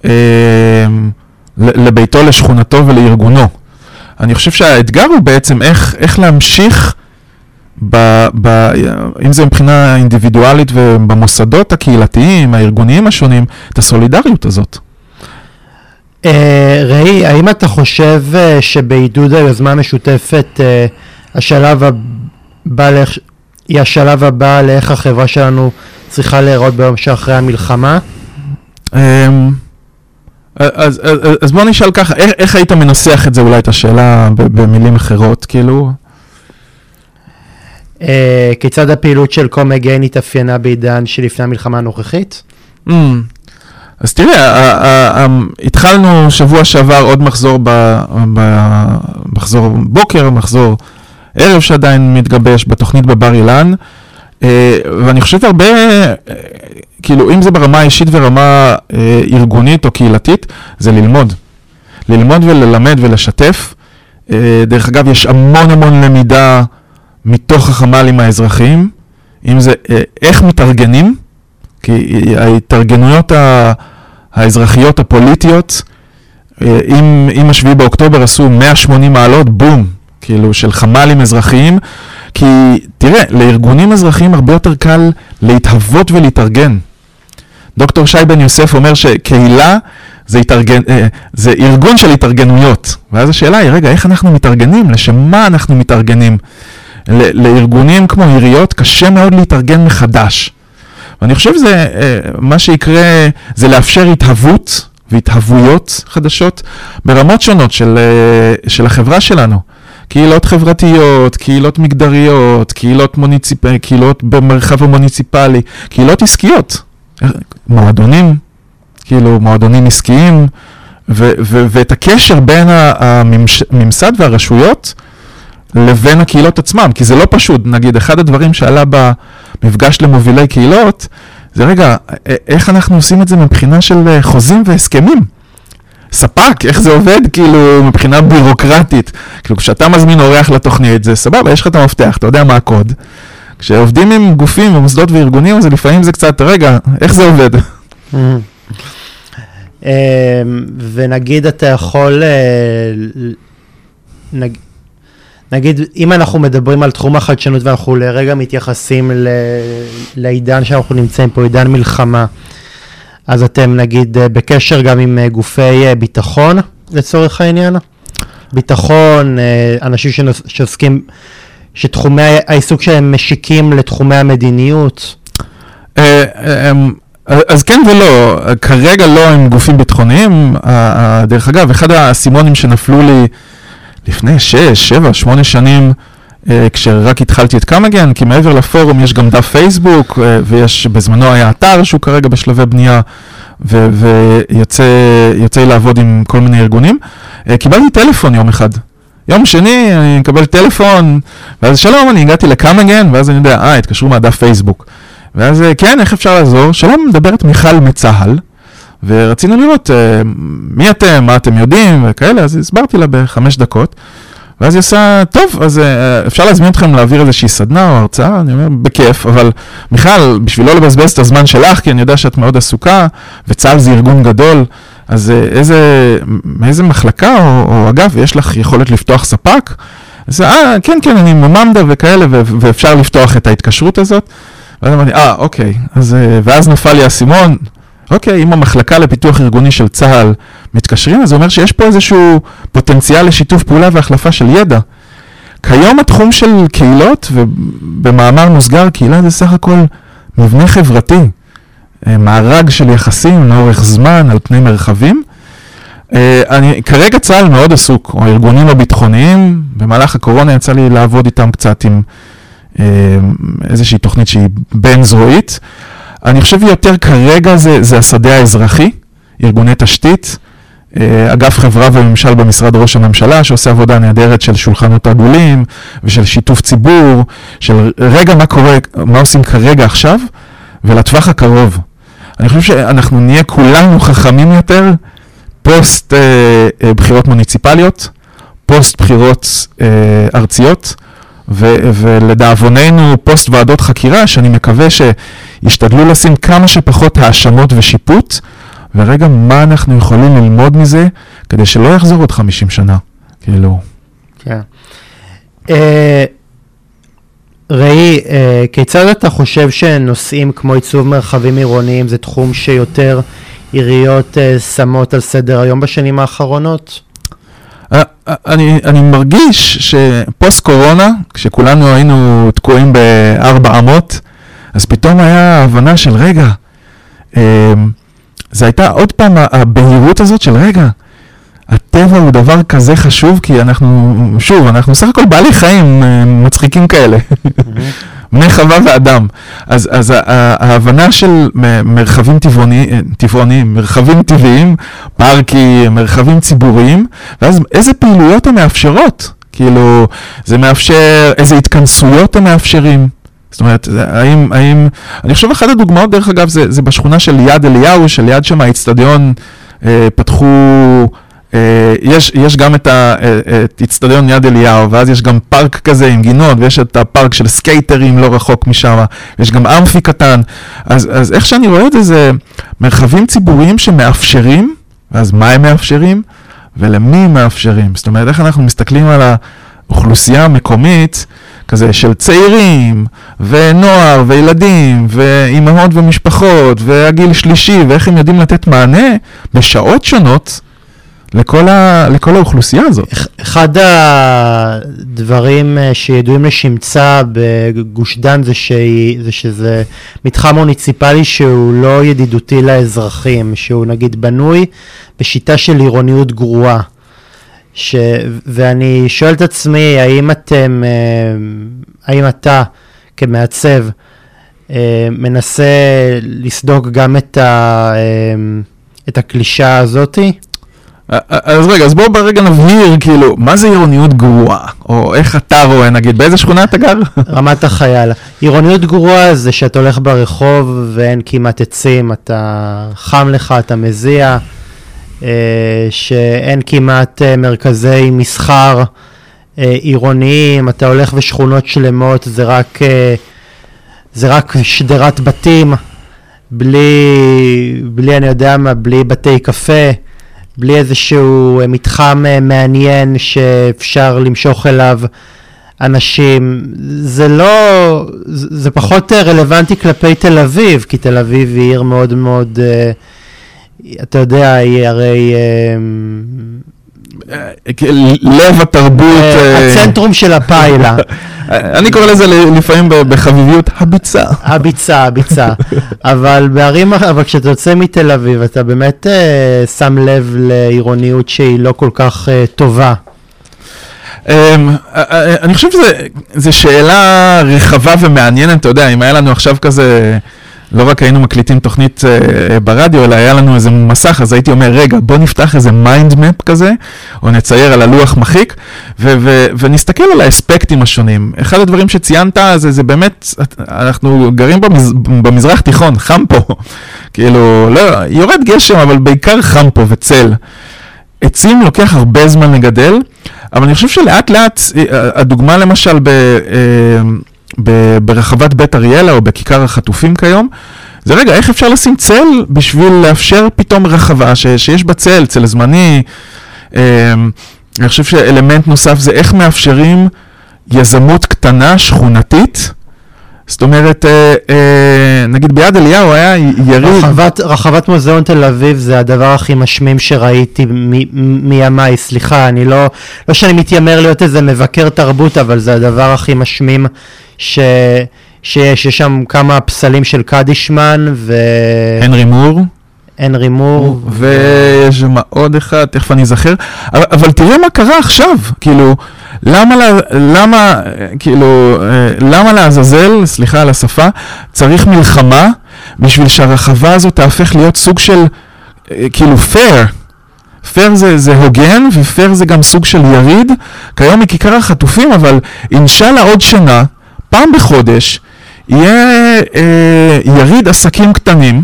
לביתו, לשכונתו ולארגונו. אני חושב שהאתגר הוא בעצם איך, איך להמשיך, ב, ב, אם זה מבחינה אינדיבידואלית ובמוסדות הקהילתיים, הארגוניים השונים, את הסולידריות הזאת. ראי, האם אתה חושב שבעידוד היוזמה המשותפת, השלב הבא, היא השלב הבא לאיך החברה שלנו צריכה להיראות ביום שאחרי המלחמה? אז, אז, אז בוא נשאל ככה, איך, איך היית מנסח את זה אולי את השאלה במילים אחרות, כאילו? כיצד הפעילות של קום אגיין התאפיינה בעידן שלפני המלחמה הנוכחית? אז תראה, התחלנו שבוע שעבר עוד מחזור, מחזור בוקר, מחזור ערב שעדיין מתגבש בתוכנית בבר אילן, ואני חושב הרבה, כאילו אם זה ברמה אישית ורמה ארגונית או קהילתית, זה ללמוד. ללמוד וללמד ולשתף. דרך אגב, יש המון המון למידה מתוך החמ"לים האזרחיים, אם זה איך מתארגנים, כי ההתארגנויות האזרחיות הפוליטיות, אם, אם השביעי באוקטובר עשו מאה ושמונים מעלות, בום, כאילו של חמ"לים אזרחיים, כי תראה, לארגונים אזרחיים הרבה יותר קל להתהוות ולהתארגן. דוקטור שי בן יוסף אומר שקהילה זה, התארגן, זה ארגון של התארגנויות, ואז השאלה היא, רגע, איך אנחנו מתארגנים? לשם מה אנחנו מתארגנים? לארגונים כמו עיריות קשה מאוד להתארגן מחדש. ואני חושב שזה, מה שיקרה זה לאפשר התהוות והתהוויות חדשות ברמות שונות של, של החברה שלנו. קהילות חברתיות, קהילות מגדריות, קהילות, מוניציפ... קהילות במרחב המוניציפלי, קהילות עסקיות, מועדונים, כאילו מועדונים עסקיים, ו- ו- ואת הקשר בין הממסד והרשויות לבין הקהילות עצמם, כי זה לא פשוט. נגיד, אחד הדברים שעלה במפגש למובילי קהילות, זה רגע, איך אנחנו עושים את זה מבחינה של חוזים והסכמים? ספק, איך זה עובד, כאילו, מבחינה בירוקרטית. כאילו, כשאתה מזמין אורח לתוכנית, זה סבבה, יש לך את המפתח, אתה יודע מה הקוד. כשעובדים עם גופים ומוסדות וארגונים, אז לפעמים זה קצת, רגע, איך זה עובד? ונגיד, אתה יכול, נגיד, אם אנחנו מדברים על תחום החדשנות, ואנחנו לרגע מתייחסים לעידן שאנחנו נמצאים פה, עידן מלחמה, אז אתם נגיד בקשר גם עם גופי ביטחון לצורך העניין? ביטחון, אנשים שעוסקים, שתחומי העיסוק שהם משיקים לתחומי המדיניות? אז כן ולא, כרגע לא עם גופים ביטחוניים. דרך אגב, אחד הסימונים שנפלו לי לפני שש, שבע, שמונה שנים, כשרק התחלתי את קאמגן, כי מעבר לפורום יש גם דף פייסבוק, ויש בזמנו היה אתר שהוא כרגע בשלבי בנייה, ויוצא לעבוד עם כל מיני ארגונים. קיבלתי טלפון יום אחד. יום שני אני מקבל טלפון, ואז שלום, אני הגעתי לקאמגן, ואז אני יודע, אה, התקשרו מהדף פייסבוק. ואז כן, איך אפשר לעזור? שלום, מדברת מיכל מצהל, ורצינו לראות מי אתם, מה אתם יודעים וכאלה, אז הסברתי לה בחמש דקות, ואז היא עושה, טוב, אז אפשר להזמין אתכם להעביר איזושהי סדנה או הרצאה, אני אומר, בכיף, אבל מיכל, בשביל לא לבזבז את הזמן שלך, כי אני יודע שאת מאוד עסוקה, וצה"ל זה ארגון גדול, אז איזה, מאיזה מחלקה או, או אגב, יש לך יכולת לפתוח ספק? אז אה, כן, כן, אני מממדה וכאלה, ו- ואפשר לפתוח את ההתקשרות הזאת. ואז אמרתי, אה, אוקיי, אז, ואז נפל לי הסימון, אוקיי, אם המחלקה לפיתוח ארגוני של צה"ל מתקשרים, אז זה אומר שיש פה איזשהו פוטנציאל לשיתוף פעולה והחלפה של ידע. כיום התחום של קהילות, ובמאמר מוסגר, קהילה זה סך הכל מבנה חברתי, מארג של יחסים לאורך זמן על פני מרחבים. אני, כרגע צה"ל מאוד עסוק, או הארגונים הביטחוניים, במהלך הקורונה יצא לי לעבוד איתם קצת עם איזושהי תוכנית שהיא בין זרועית. אני חושב יותר כרגע זה, זה השדה האזרחי, ארגוני תשתית, אגף חברה וממשל במשרד ראש הממשלה, שעושה עבודה נהדרת של שולחנות עגולים, ושל שיתוף ציבור, של רגע מה קורה, מה עושים כרגע עכשיו, ולטווח הקרוב. אני חושב שאנחנו נהיה כולנו חכמים יותר, פוסט אה, אה, בחירות מוניציפליות, פוסט בחירות אה, ארציות, ו- ולדאבוננו פוסט ועדות חקירה, שאני מקווה שישתדלו לשים כמה שפחות האשמות ושיפוט, ורגע מה אנחנו יכולים ללמוד מזה, כדי שלא יחזור עוד חמישים שנה, כאילו. כן. אה, ראי, אה, כיצד אתה חושב שנושאים כמו עיצוב מרחבים עירוניים, זה תחום שיותר עיריות uh, שמות על סדר היום בשנים האחרונות? אני, אני מרגיש שפוסט קורונה, כשכולנו היינו תקועים בארבע אמות, אז פתאום היה הבנה של רגע, זה הייתה עוד פעם הבהירות הזאת של רגע, הטבע הוא דבר כזה חשוב, כי אנחנו, שוב, אנחנו סך הכל בעלי חיים מצחיקים כאלה. בני חווה ואדם. אז, אז ההבנה של מרחבים טבעוניים, טבעוניים, מרחבים טבעיים, פארקים, מרחבים ציבוריים, ואז איזה פעילויות הן מאפשרות? כאילו, זה מאפשר, איזה התכנסויות הן מאפשרים? זאת אומרת, האם, האם, אני חושב אחת הדוגמאות, דרך אגב, זה, זה בשכונה של יד אליהו, של יד שם האצטדיון, אה, פתחו, יש, יש גם את האצטדיון יד אליהו, ואז יש גם פארק כזה עם גינות, ויש את הפארק של סקייטרים לא רחוק משם, יש גם אמפי קטן. אז, אז איך שאני רואה את זה, זה מרחבים ציבוריים שמאפשרים, ואז מה הם מאפשרים, ולמי הם מאפשרים. זאת אומרת, איך אנחנו מסתכלים על האוכלוסייה המקומית, כזה של צעירים, ונוער, וילדים, ואימהות ומשפחות, והגיל שלישי, ואיך הם יודעים לתת מענה בשעות שונות, לכל, ה... לכל האוכלוסייה הזאת. אחד הדברים שידועים לשמצה בגוש דן זה, ש... זה שזה מתחם מוניציפלי שהוא לא ידידותי לאזרחים, שהוא נגיד בנוי בשיטה של עירוניות גרועה. ש... ואני שואל את עצמי, האם אתם, האם אתה כמעצב מנסה לסדוק גם את, ה... את הקלישה הזאתי? אז רגע, אז בואו ברגע נבהיר, כאילו, מה זה עירוניות גרועה? או איך אתה רואה, נגיד, באיזה שכונה אתה גר? רמת החייל. עירוניות גרועה זה שאתה הולך ברחוב ואין כמעט עצים, אתה חם לך, אתה מזיע, שאין כמעט מרכזי מסחר עירוניים, אתה הולך בשכונות שלמות, זה רק, זה רק שדרת בתים, בלי, בלי, אני יודע מה, בלי בתי קפה, בלי איזשהו מתחם מעניין שאפשר למשוך אליו אנשים. זה לא, זה פחות רלוונטי כלפי תל אביב, כי תל אביב היא עיר מאוד מאוד, אתה יודע, היא הרי לב התרבות, הצנטרום של הפיילה. אני קורא לזה לפעמים בחביביות הביצה. הביצה, הביצה. אבל בערים, אבל כשאתה יוצא מתל אביב, אתה באמת שם לב לעירוניות שהיא לא כל כך טובה. אני חושב שזו שאלה רחבה ומעניינת, אתה יודע, אם היה לנו עכשיו כזה לא רק היינו מקליטים תוכנית uh, ברדיו, אלא היה לנו איזה מסך, אז הייתי אומר, רגע, בוא נפתח איזה מיינד מפ כזה, או נצייר על הלוח מחיק, ו- ו- ונסתכל על האספקטים השונים. אחד הדברים שציינת, זה, זה באמת, אנחנו גרים במז- במזרח תיכון, חם פה, כאילו, לא, יורד גשם, אבל בעיקר חם פה וצל. עצים לוקח הרבה זמן לגדל, אבל אני חושב שלאט לאט, הדוגמה למשל ב... ברחבת בית אריאלה או בכיכר החטופים כיום, זה רגע, איך אפשר לשים צל בשביל לאפשר פתאום רחבה ש, שיש בה צל, צל זמני. אני חושב שאלמנט נוסף זה איך מאפשרים יזמות קטנה, שכונתית. זאת אומרת, נגיד ביד אליהו היה יריד. רחבת, רחבת מוזיאון תל אביב זה הדבר הכי משמים שראיתי מימיי, סליחה, אני לא, לא שאני מתיימר להיות איזה מבקר תרבות, אבל זה הדבר הכי משמים ש... שיש, יש שם כמה פסלים של קדישמן ו... הנרי מור. הנרי מור. ויש שם עוד אחד, תכף אני זכר. אבל, אבל תראה מה קרה עכשיו, כאילו, למה, למה, כאילו, למה לעזאזל, סליחה על השפה, צריך מלחמה בשביל שהרחבה הזאת תהפך להיות סוג של, כאילו, פייר. פייר זה, זה הוגן, ופייר זה גם סוג של יריד. כיום מכיכר החטופים, אבל אינשאללה עוד שנה, פעם בחודש, יהיה אה, יריד עסקים קטנים,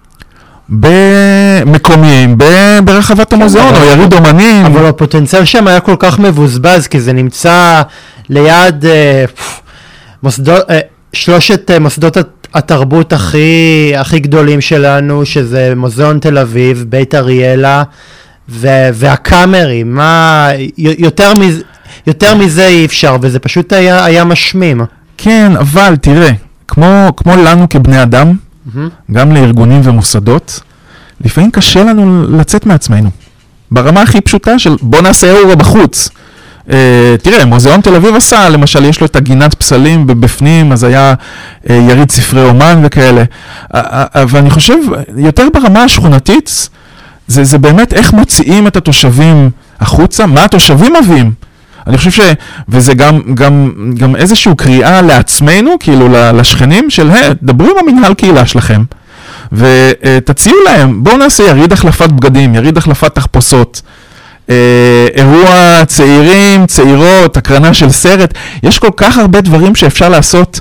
במקומיים, ברחבת המוזיאון, או יריד אומנים. אבל הפוטנציאל שם היה כל כך מבוזבז, כי זה נמצא ליד מוסדות, שלושת מוסדות התרבות הכי, הכי גדולים שלנו, שזה מוזיאון תל אביב, בית אריאלה, והקאמרים. מה, יותר מזה, יותר מזה אי אפשר, וזה פשוט היה, היה משמים. כן, אבל תראה, כמו, כמו לנו כבני אדם, גם לארגונים ומוסדות, לפעמים קשה לנו לצאת מעצמנו. ברמה הכי פשוטה של בוא נעשה אירוע בחוץ. Uh, תראה, מוזיאון תל אביב עשה, למשל, יש לו את הגינת פסלים בפנים, אז היה uh, יריד ספרי אומן וכאלה. אבל אני חושב, יותר ברמה השכונתית, זה, זה באמת איך מוציאים את התושבים החוצה, מה התושבים מביאים. אני חושב ש... וזה גם, גם, גם איזושהי קריאה לעצמנו, כאילו לשכנים של, היי, דברו עם המנהל קהילה שלכם, ותציעו להם, בואו נעשה יריד החלפת בגדים, יריד החלפת תחפושות, אירוע צעירים, צעירות, הקרנה של סרט, יש כל כך הרבה דברים שאפשר לעשות,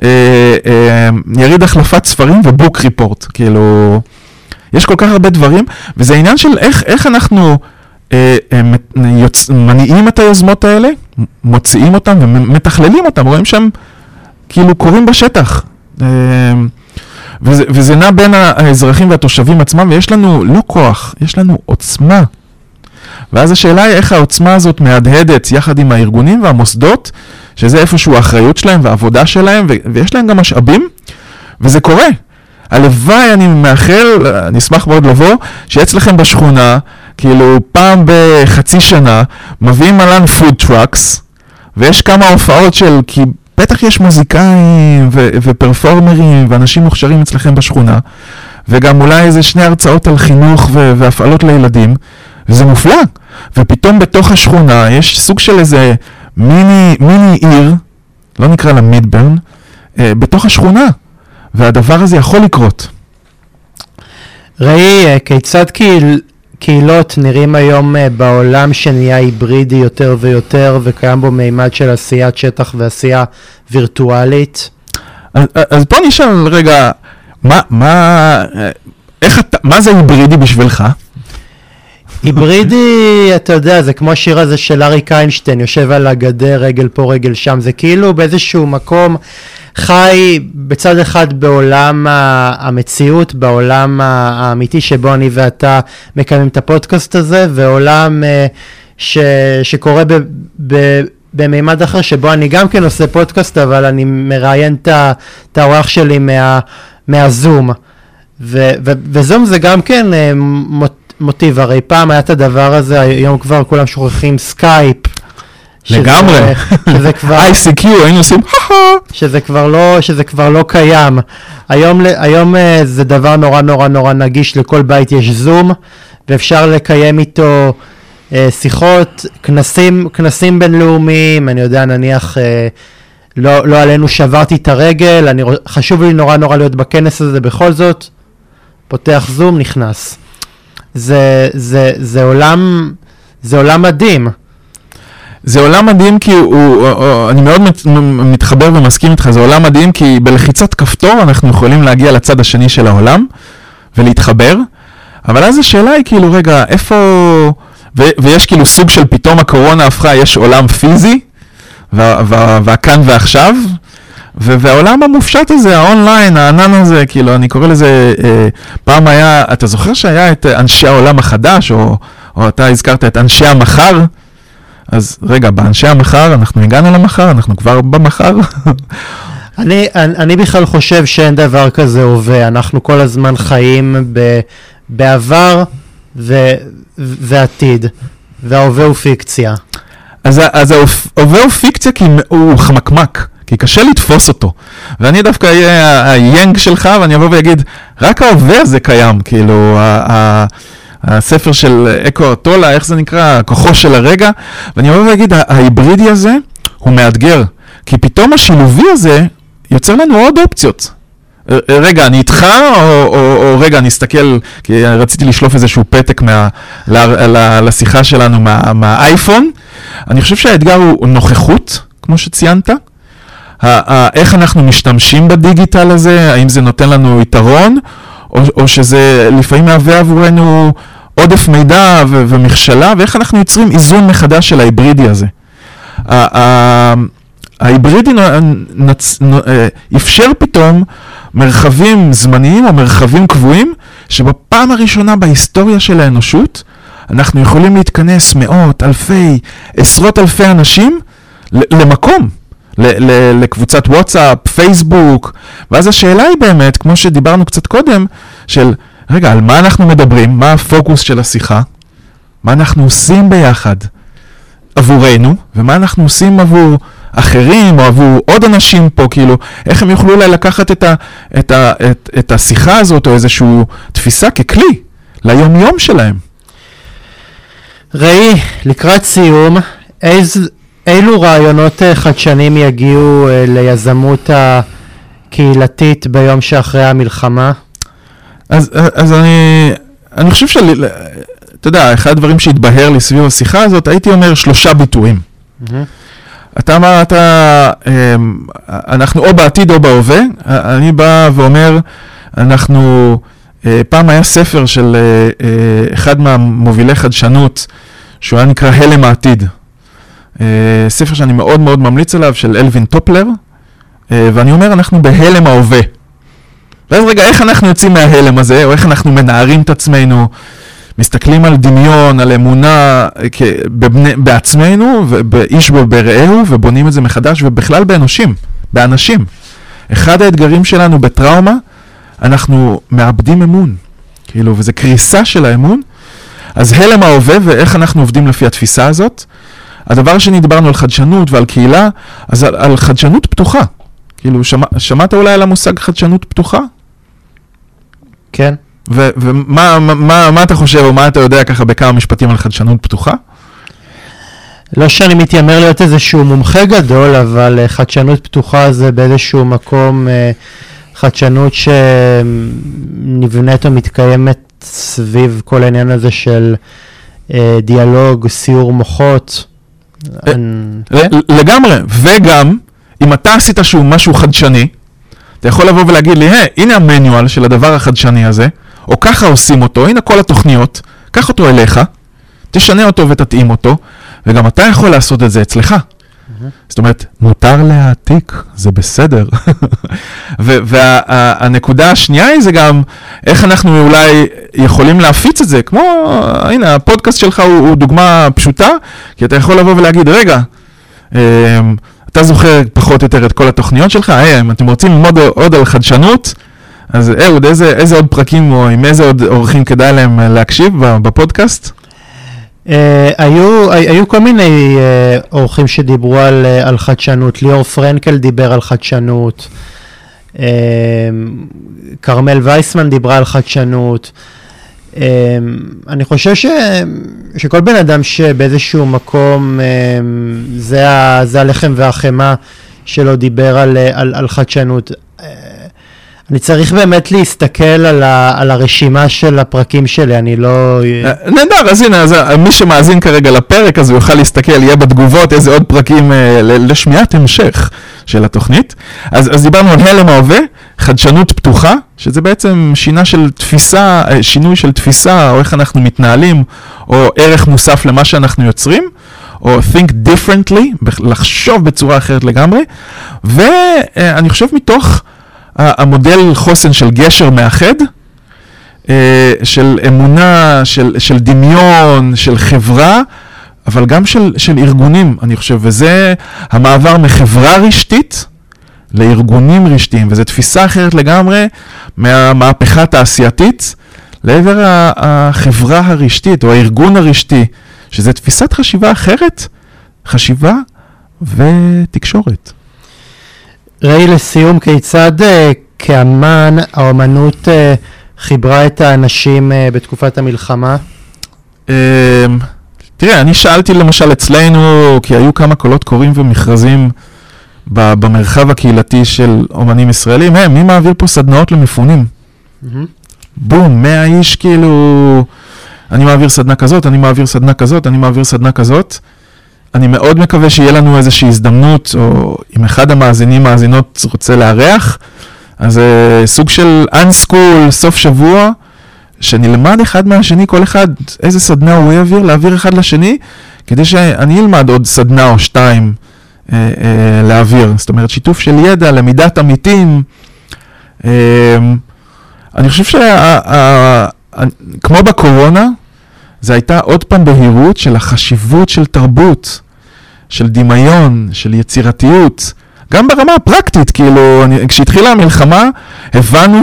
יריד החלפת ספרים ובוק ריפורט, כאילו, יש כל כך הרבה דברים, וזה העניין של איך, איך אנחנו... מניעים את היוזמות האלה, מוציאים אותם ומתכללים אותם, רואים שם כאילו קוראים בשטח. וזה, וזה נע בין האזרחים והתושבים עצמם, ויש לנו לא כוח, יש לנו עוצמה. ואז השאלה היא איך העוצמה הזאת מהדהדת יחד עם הארגונים והמוסדות, שזה איפשהו האחריות שלהם והעבודה שלהם, ויש להם גם משאבים, וזה קורה. הלוואי, אני מאחל, אני אשמח מאוד לבוא, שאצלכם בשכונה, כאילו פעם בחצי שנה, מביאים מלן פוד טרקס, ויש כמה הופעות של, כי בטח יש מוזיקאים ו- ופרפורמרים, ואנשים מוכשרים אצלכם בשכונה, וגם אולי איזה שני הרצאות על חינוך ו- והפעלות לילדים, וזה מופלא. ופתאום בתוך השכונה יש סוג של איזה מיני, מיני עיר, לא נקרא לה מידברן, אה, בתוך השכונה. והדבר הזה יכול לקרות. ראי, כיצד קהיל, קהילות נראים היום בעולם שנהיה היברידי יותר ויותר, וקיים בו מימד של עשיית שטח ועשייה וירטואלית? אז, אז פה נשאל רגע, מה, מה, איך אתה, מה זה היברידי בשבילך? היברידי, אתה יודע, זה כמו השיר הזה של אריק איינשטיין, יושב על הגדר, רגל פה, רגל שם, זה כאילו באיזשהו מקום חי בצד אחד בעולם המציאות, בעולם האמיתי שבו אני ואתה מקיימים את הפודקאסט הזה, ועולם ש, שקורה ב, ב, במימד אחר שבו אני גם כן עושה פודקאסט, אבל אני מראיין את האורח שלי מה, מהזום. ו, ו, וזום זה גם כן מוט, מוטיב, הרי פעם היה את הדבר הזה, היום כבר כולם שוכחים סקייפ. לגמרי. שזה כבר... איי סי קיו, היינו עושים שזה כבר לא, שזה כבר לא קיים. היום, היום זה דבר נורא נורא נורא נגיש, לכל בית יש זום, ואפשר לקיים איתו שיחות, כנסים, כנסים בינלאומיים, אני יודע, נניח לא, לא עלינו שברתי את הרגל, אני, חשוב לי נורא נורא להיות בכנס הזה בכל זאת, פותח זום, נכנס. זה, זה, זה עולם, זה עולם מדהים. זה עולם מדהים כי הוא, הוא, אני מאוד מת, מתחבר ומסכים איתך, זה עולם מדהים כי בלחיצת כפתור אנחנו יכולים להגיע לצד השני של העולם ולהתחבר, אבל אז השאלה היא כאילו, רגע, איפה, ו, ויש כאילו סוג של פתאום הקורונה הפכה, יש עולם פיזי, וה, וה, והכאן ועכשיו, ו, והעולם המופשט הזה, האונליין, הענן הזה, כאילו, אני קורא לזה, אה, פעם היה, אתה זוכר שהיה את אנשי העולם החדש, או, או אתה הזכרת את אנשי המחר, אז רגע, באנשי המחר, אנחנו הגענו למחר, אנחנו כבר במחר. אני, אני, אני בכלל חושב שאין דבר כזה הווה, אנחנו כל הזמן חיים ב, בעבר ו, ועתיד, וההווה הוא פיקציה. אז, אז ההווה הוא פיקציה כי הוא חמקמק, כי קשה לתפוס אותו. ואני דווקא אהיה היינג שלך, ואני אבוא ויגיד, רק ההווה הזה קיים, כאילו, ה... ה הספר של אקו טולה, איך זה נקרא? כוחו של הרגע. ואני אומר להגיד, ההיברידי הזה הוא מאתגר, כי פתאום השילובי הזה יוצר לנו עוד אופציות. רגע, אני איתך, או, או, או רגע, אני אסתכל, כי רציתי לשלוף איזשהו פתק מה, ל, ל, לשיחה שלנו מה, מהאייפון. אני חושב שהאתגר הוא נוכחות, כמו שציינת. איך אנחנו משתמשים בדיגיטל הזה, האם זה נותן לנו יתרון, או, או שזה לפעמים מהווה עבורנו עודף מידע ו- ומכשלה, ואיך אנחנו יוצרים איזון מחדש של ההיברידי הזה. ההיברידי נצ... אפשר פתאום מרחבים זמניים או מרחבים קבועים, שבפעם הראשונה בהיסטוריה של האנושות, אנחנו יכולים להתכנס מאות, אלפי, עשרות אלפי אנשים למקום. לקבוצת וואטסאפ, פייסבוק, ואז השאלה היא באמת, כמו שדיברנו קצת קודם, של, רגע, על מה אנחנו מדברים, מה הפוקוס של השיחה, מה אנחנו עושים ביחד עבורנו, ומה אנחנו עושים עבור אחרים, או עבור עוד אנשים פה, כאילו, איך הם יוכלו אולי לקחת את, ה, את, ה, את, את השיחה הזאת, או איזושהי תפיסה ככלי, ליום יום שלהם. ראי, לקראת סיום, איזה... אילו רעיונות חדשנים יגיעו ליזמות הקהילתית ביום שאחרי המלחמה? אז, אז אני, אני חושב של, אתה יודע, אחד הדברים שהתבהר לי סביב השיחה הזאת, הייתי אומר שלושה ביטויים. Mm-hmm. אתה אמר, אתה, אנחנו או בעתיד או בהווה, אני בא ואומר, אנחנו, פעם היה ספר של אחד מהמובילי חדשנות, שהוא היה נקרא הלם העתיד. ספר שאני מאוד מאוד ממליץ עליו, של אלווין טופלר, ואני אומר, אנחנו בהלם ההווה. ואז רגע, איך אנחנו יוצאים מההלם הזה, או איך אנחנו מנערים את עצמנו, מסתכלים על דמיון, על אמונה בבני, בעצמנו, באיש ברעהו, ובונים את זה מחדש, ובכלל באנושים, באנשים. אחד האתגרים שלנו בטראומה, אנחנו מאבדים אמון, כאילו, וזה קריסה של האמון. אז הלם ההווה, ואיך אנחנו עובדים לפי התפיסה הזאת. הדבר השני, דיברנו על חדשנות ועל קהילה, אז על, על חדשנות פתוחה. כאילו, שמע, שמעת אולי על המושג חדשנות פתוחה? כן. ו, ומה מה, מה, מה אתה חושב, או מה אתה יודע ככה בכמה משפטים על חדשנות פתוחה? לא שאני מתיימר להיות איזשהו מומחה גדול, אבל חדשנות פתוחה זה באיזשהו מקום חדשנות שנבנית או מתקיימת סביב כל העניין הזה של דיאלוג, סיור מוחות. לגמרי, וגם אם אתה עשית שהוא משהו חדשני, אתה יכול לבוא ולהגיד לי, היי, הנה המניואל של הדבר החדשני הזה, או ככה עושים אותו, הנה כל התוכניות, קח אותו אליך, תשנה אותו ותתאים אותו, וגם אתה יכול לעשות את זה אצלך. זאת אומרת, מותר להעתיק, זה בסדר. והנקודה השנייה היא זה גם, איך אנחנו אולי יכולים להפיץ את זה, כמו, הנה, הפודקאסט שלך הוא דוגמה פשוטה, כי אתה יכול לבוא ולהגיד, רגע, אתה זוכר פחות או יותר את כל התוכניות שלך, היי, אם אתם רוצים ללמוד עוד על חדשנות, אז אהוד, איזה, איזה עוד פרקים או עם איזה עוד אורחים כדאי להם להקשיב בפודקאסט? Uh, היו, היו כל מיני uh, אורחים שדיברו על, uh, על חדשנות. ליאור פרנקל דיבר על חדשנות, uh, קרמל וייסמן דיברה על חדשנות. Uh, אני חושב ש, שכל בן אדם שבאיזשהו מקום uh, זה, ה, זה הלחם והחמה שלא דיבר על, על, על חדשנות. אני צריך באמת להסתכל על, ה, על הרשימה של הפרקים שלי, אני לא... נהדר, אז הנה, אז מי שמאזין כרגע לפרק, אז הוא יוכל להסתכל, יהיה בתגובות איזה עוד פרקים לשמיעת המשך של התוכנית. אז, אז דיברנו על הלם ההווה, חדשנות פתוחה, שזה בעצם שינה של תפיסה, שינוי של תפיסה, או איך אנחנו מתנהלים, או ערך מוסף למה שאנחנו יוצרים, או think differently, לחשוב בצורה אחרת לגמרי, ואני חושב מתוך המודל חוסן של גשר מאחד, של אמונה, של, של דמיון, של חברה, אבל גם של, של ארגונים, אני חושב, וזה המעבר מחברה רשתית לארגונים רשתיים, וזו תפיסה אחרת לגמרי מהמהפכה התעשייתית לעבר החברה הרשתית או הארגון הרשתי, שזה תפיסת חשיבה אחרת, חשיבה ותקשורת. ראי, לסיום, כיצד כאמן האומנות חיברה את האנשים בתקופת המלחמה? תראה, אני שאלתי למשל אצלנו, כי היו כמה קולות קוראים ומכרזים במרחב הקהילתי של אומנים ישראלים, הם, מי מעביר פה סדנאות למפונים? בום, מאה איש כאילו, אני מעביר סדנה כזאת, אני מעביר סדנה כזאת, אני מעביר סדנה כזאת. אני מאוד מקווה שיהיה לנו איזושהי הזדמנות, או אם אחד המאזינים, מאזינות רוצה לארח, אז uh, סוג של unschool, סוף שבוע, שנלמד אחד מהשני, כל אחד איזה סדנה הוא יעביר, להעביר אחד לשני, כדי שאני אלמד עוד סדנה או שתיים uh, uh, להעביר. זאת אומרת, שיתוף של ידע, למידת עמיתים. Uh, אני חושב שכמו בקורונה, זה הייתה עוד פעם בהירות של החשיבות של תרבות, של דמיון, של יצירתיות, גם ברמה הפרקטית, כאילו, אני, כשהתחילה המלחמה, הבנו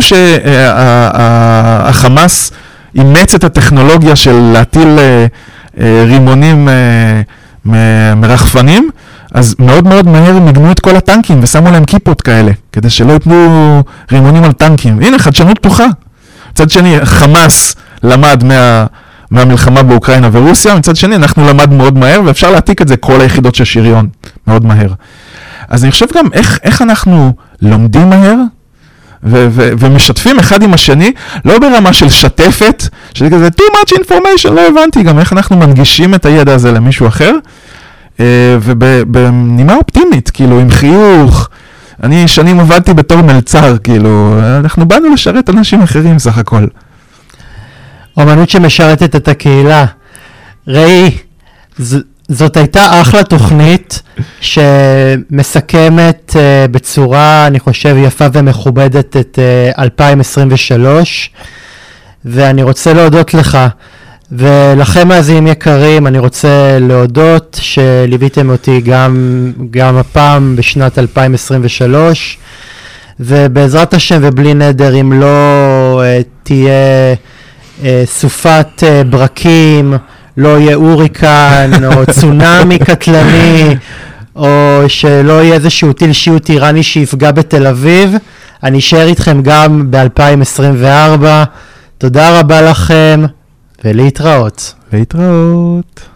שהחמאס אימץ את הטכנולוגיה של להטיל רימונים מרחפנים, אז מאוד מאוד מהר נגנו את כל הטנקים ושמו להם כיפות כאלה, כדי שלא יפלו רימונים על טנקים. הנה, חדשנות פתוחה. מצד שני, חמאס למד מה... מהמלחמה באוקראינה ורוסיה, מצד שני אנחנו למד מאוד מהר, ואפשר להעתיק את זה כל היחידות של שריון, מאוד מהר. אז אני חושב גם איך, איך אנחנו לומדים מהר, ו- ו- ומשתפים אחד עם השני, לא ברמה של שתפת, שזה כזה too much information, לא הבנתי, גם איך אנחנו מנגישים את הידע הזה למישהו אחר, ובנימה אופטימית, כאילו עם חיוך, אני שנים עבדתי בתור מלצר, כאילו, אנחנו באנו לשרת אנשים אחרים סך הכל. אומנות שמשרתת את הקהילה. ראי, ז, זאת הייתה אחלה תוכנית שמסכמת uh, בצורה, אני חושב, יפה ומכובדת את uh, אלפיים עשרים ושלוש, ואני רוצה להודות לך, ולכם מאזינים יקרים, אני רוצה להודות שליוויתם אותי גם, גם הפעם בשנת אלפיים עשרים ושלוש, ובעזרת השם ובלי נדר, אם לא uh, תהיה... סופת ברקים, לא יהיה הוריקן, או צונמי קטלני, או שלא יהיה איזשהו טיל שיוט איראני שיפגע בתל אביב, אני אשאר איתכם גם ב-אלפיים עשרים וארבע. תודה רבה לכם, ולהתראות. להתראות.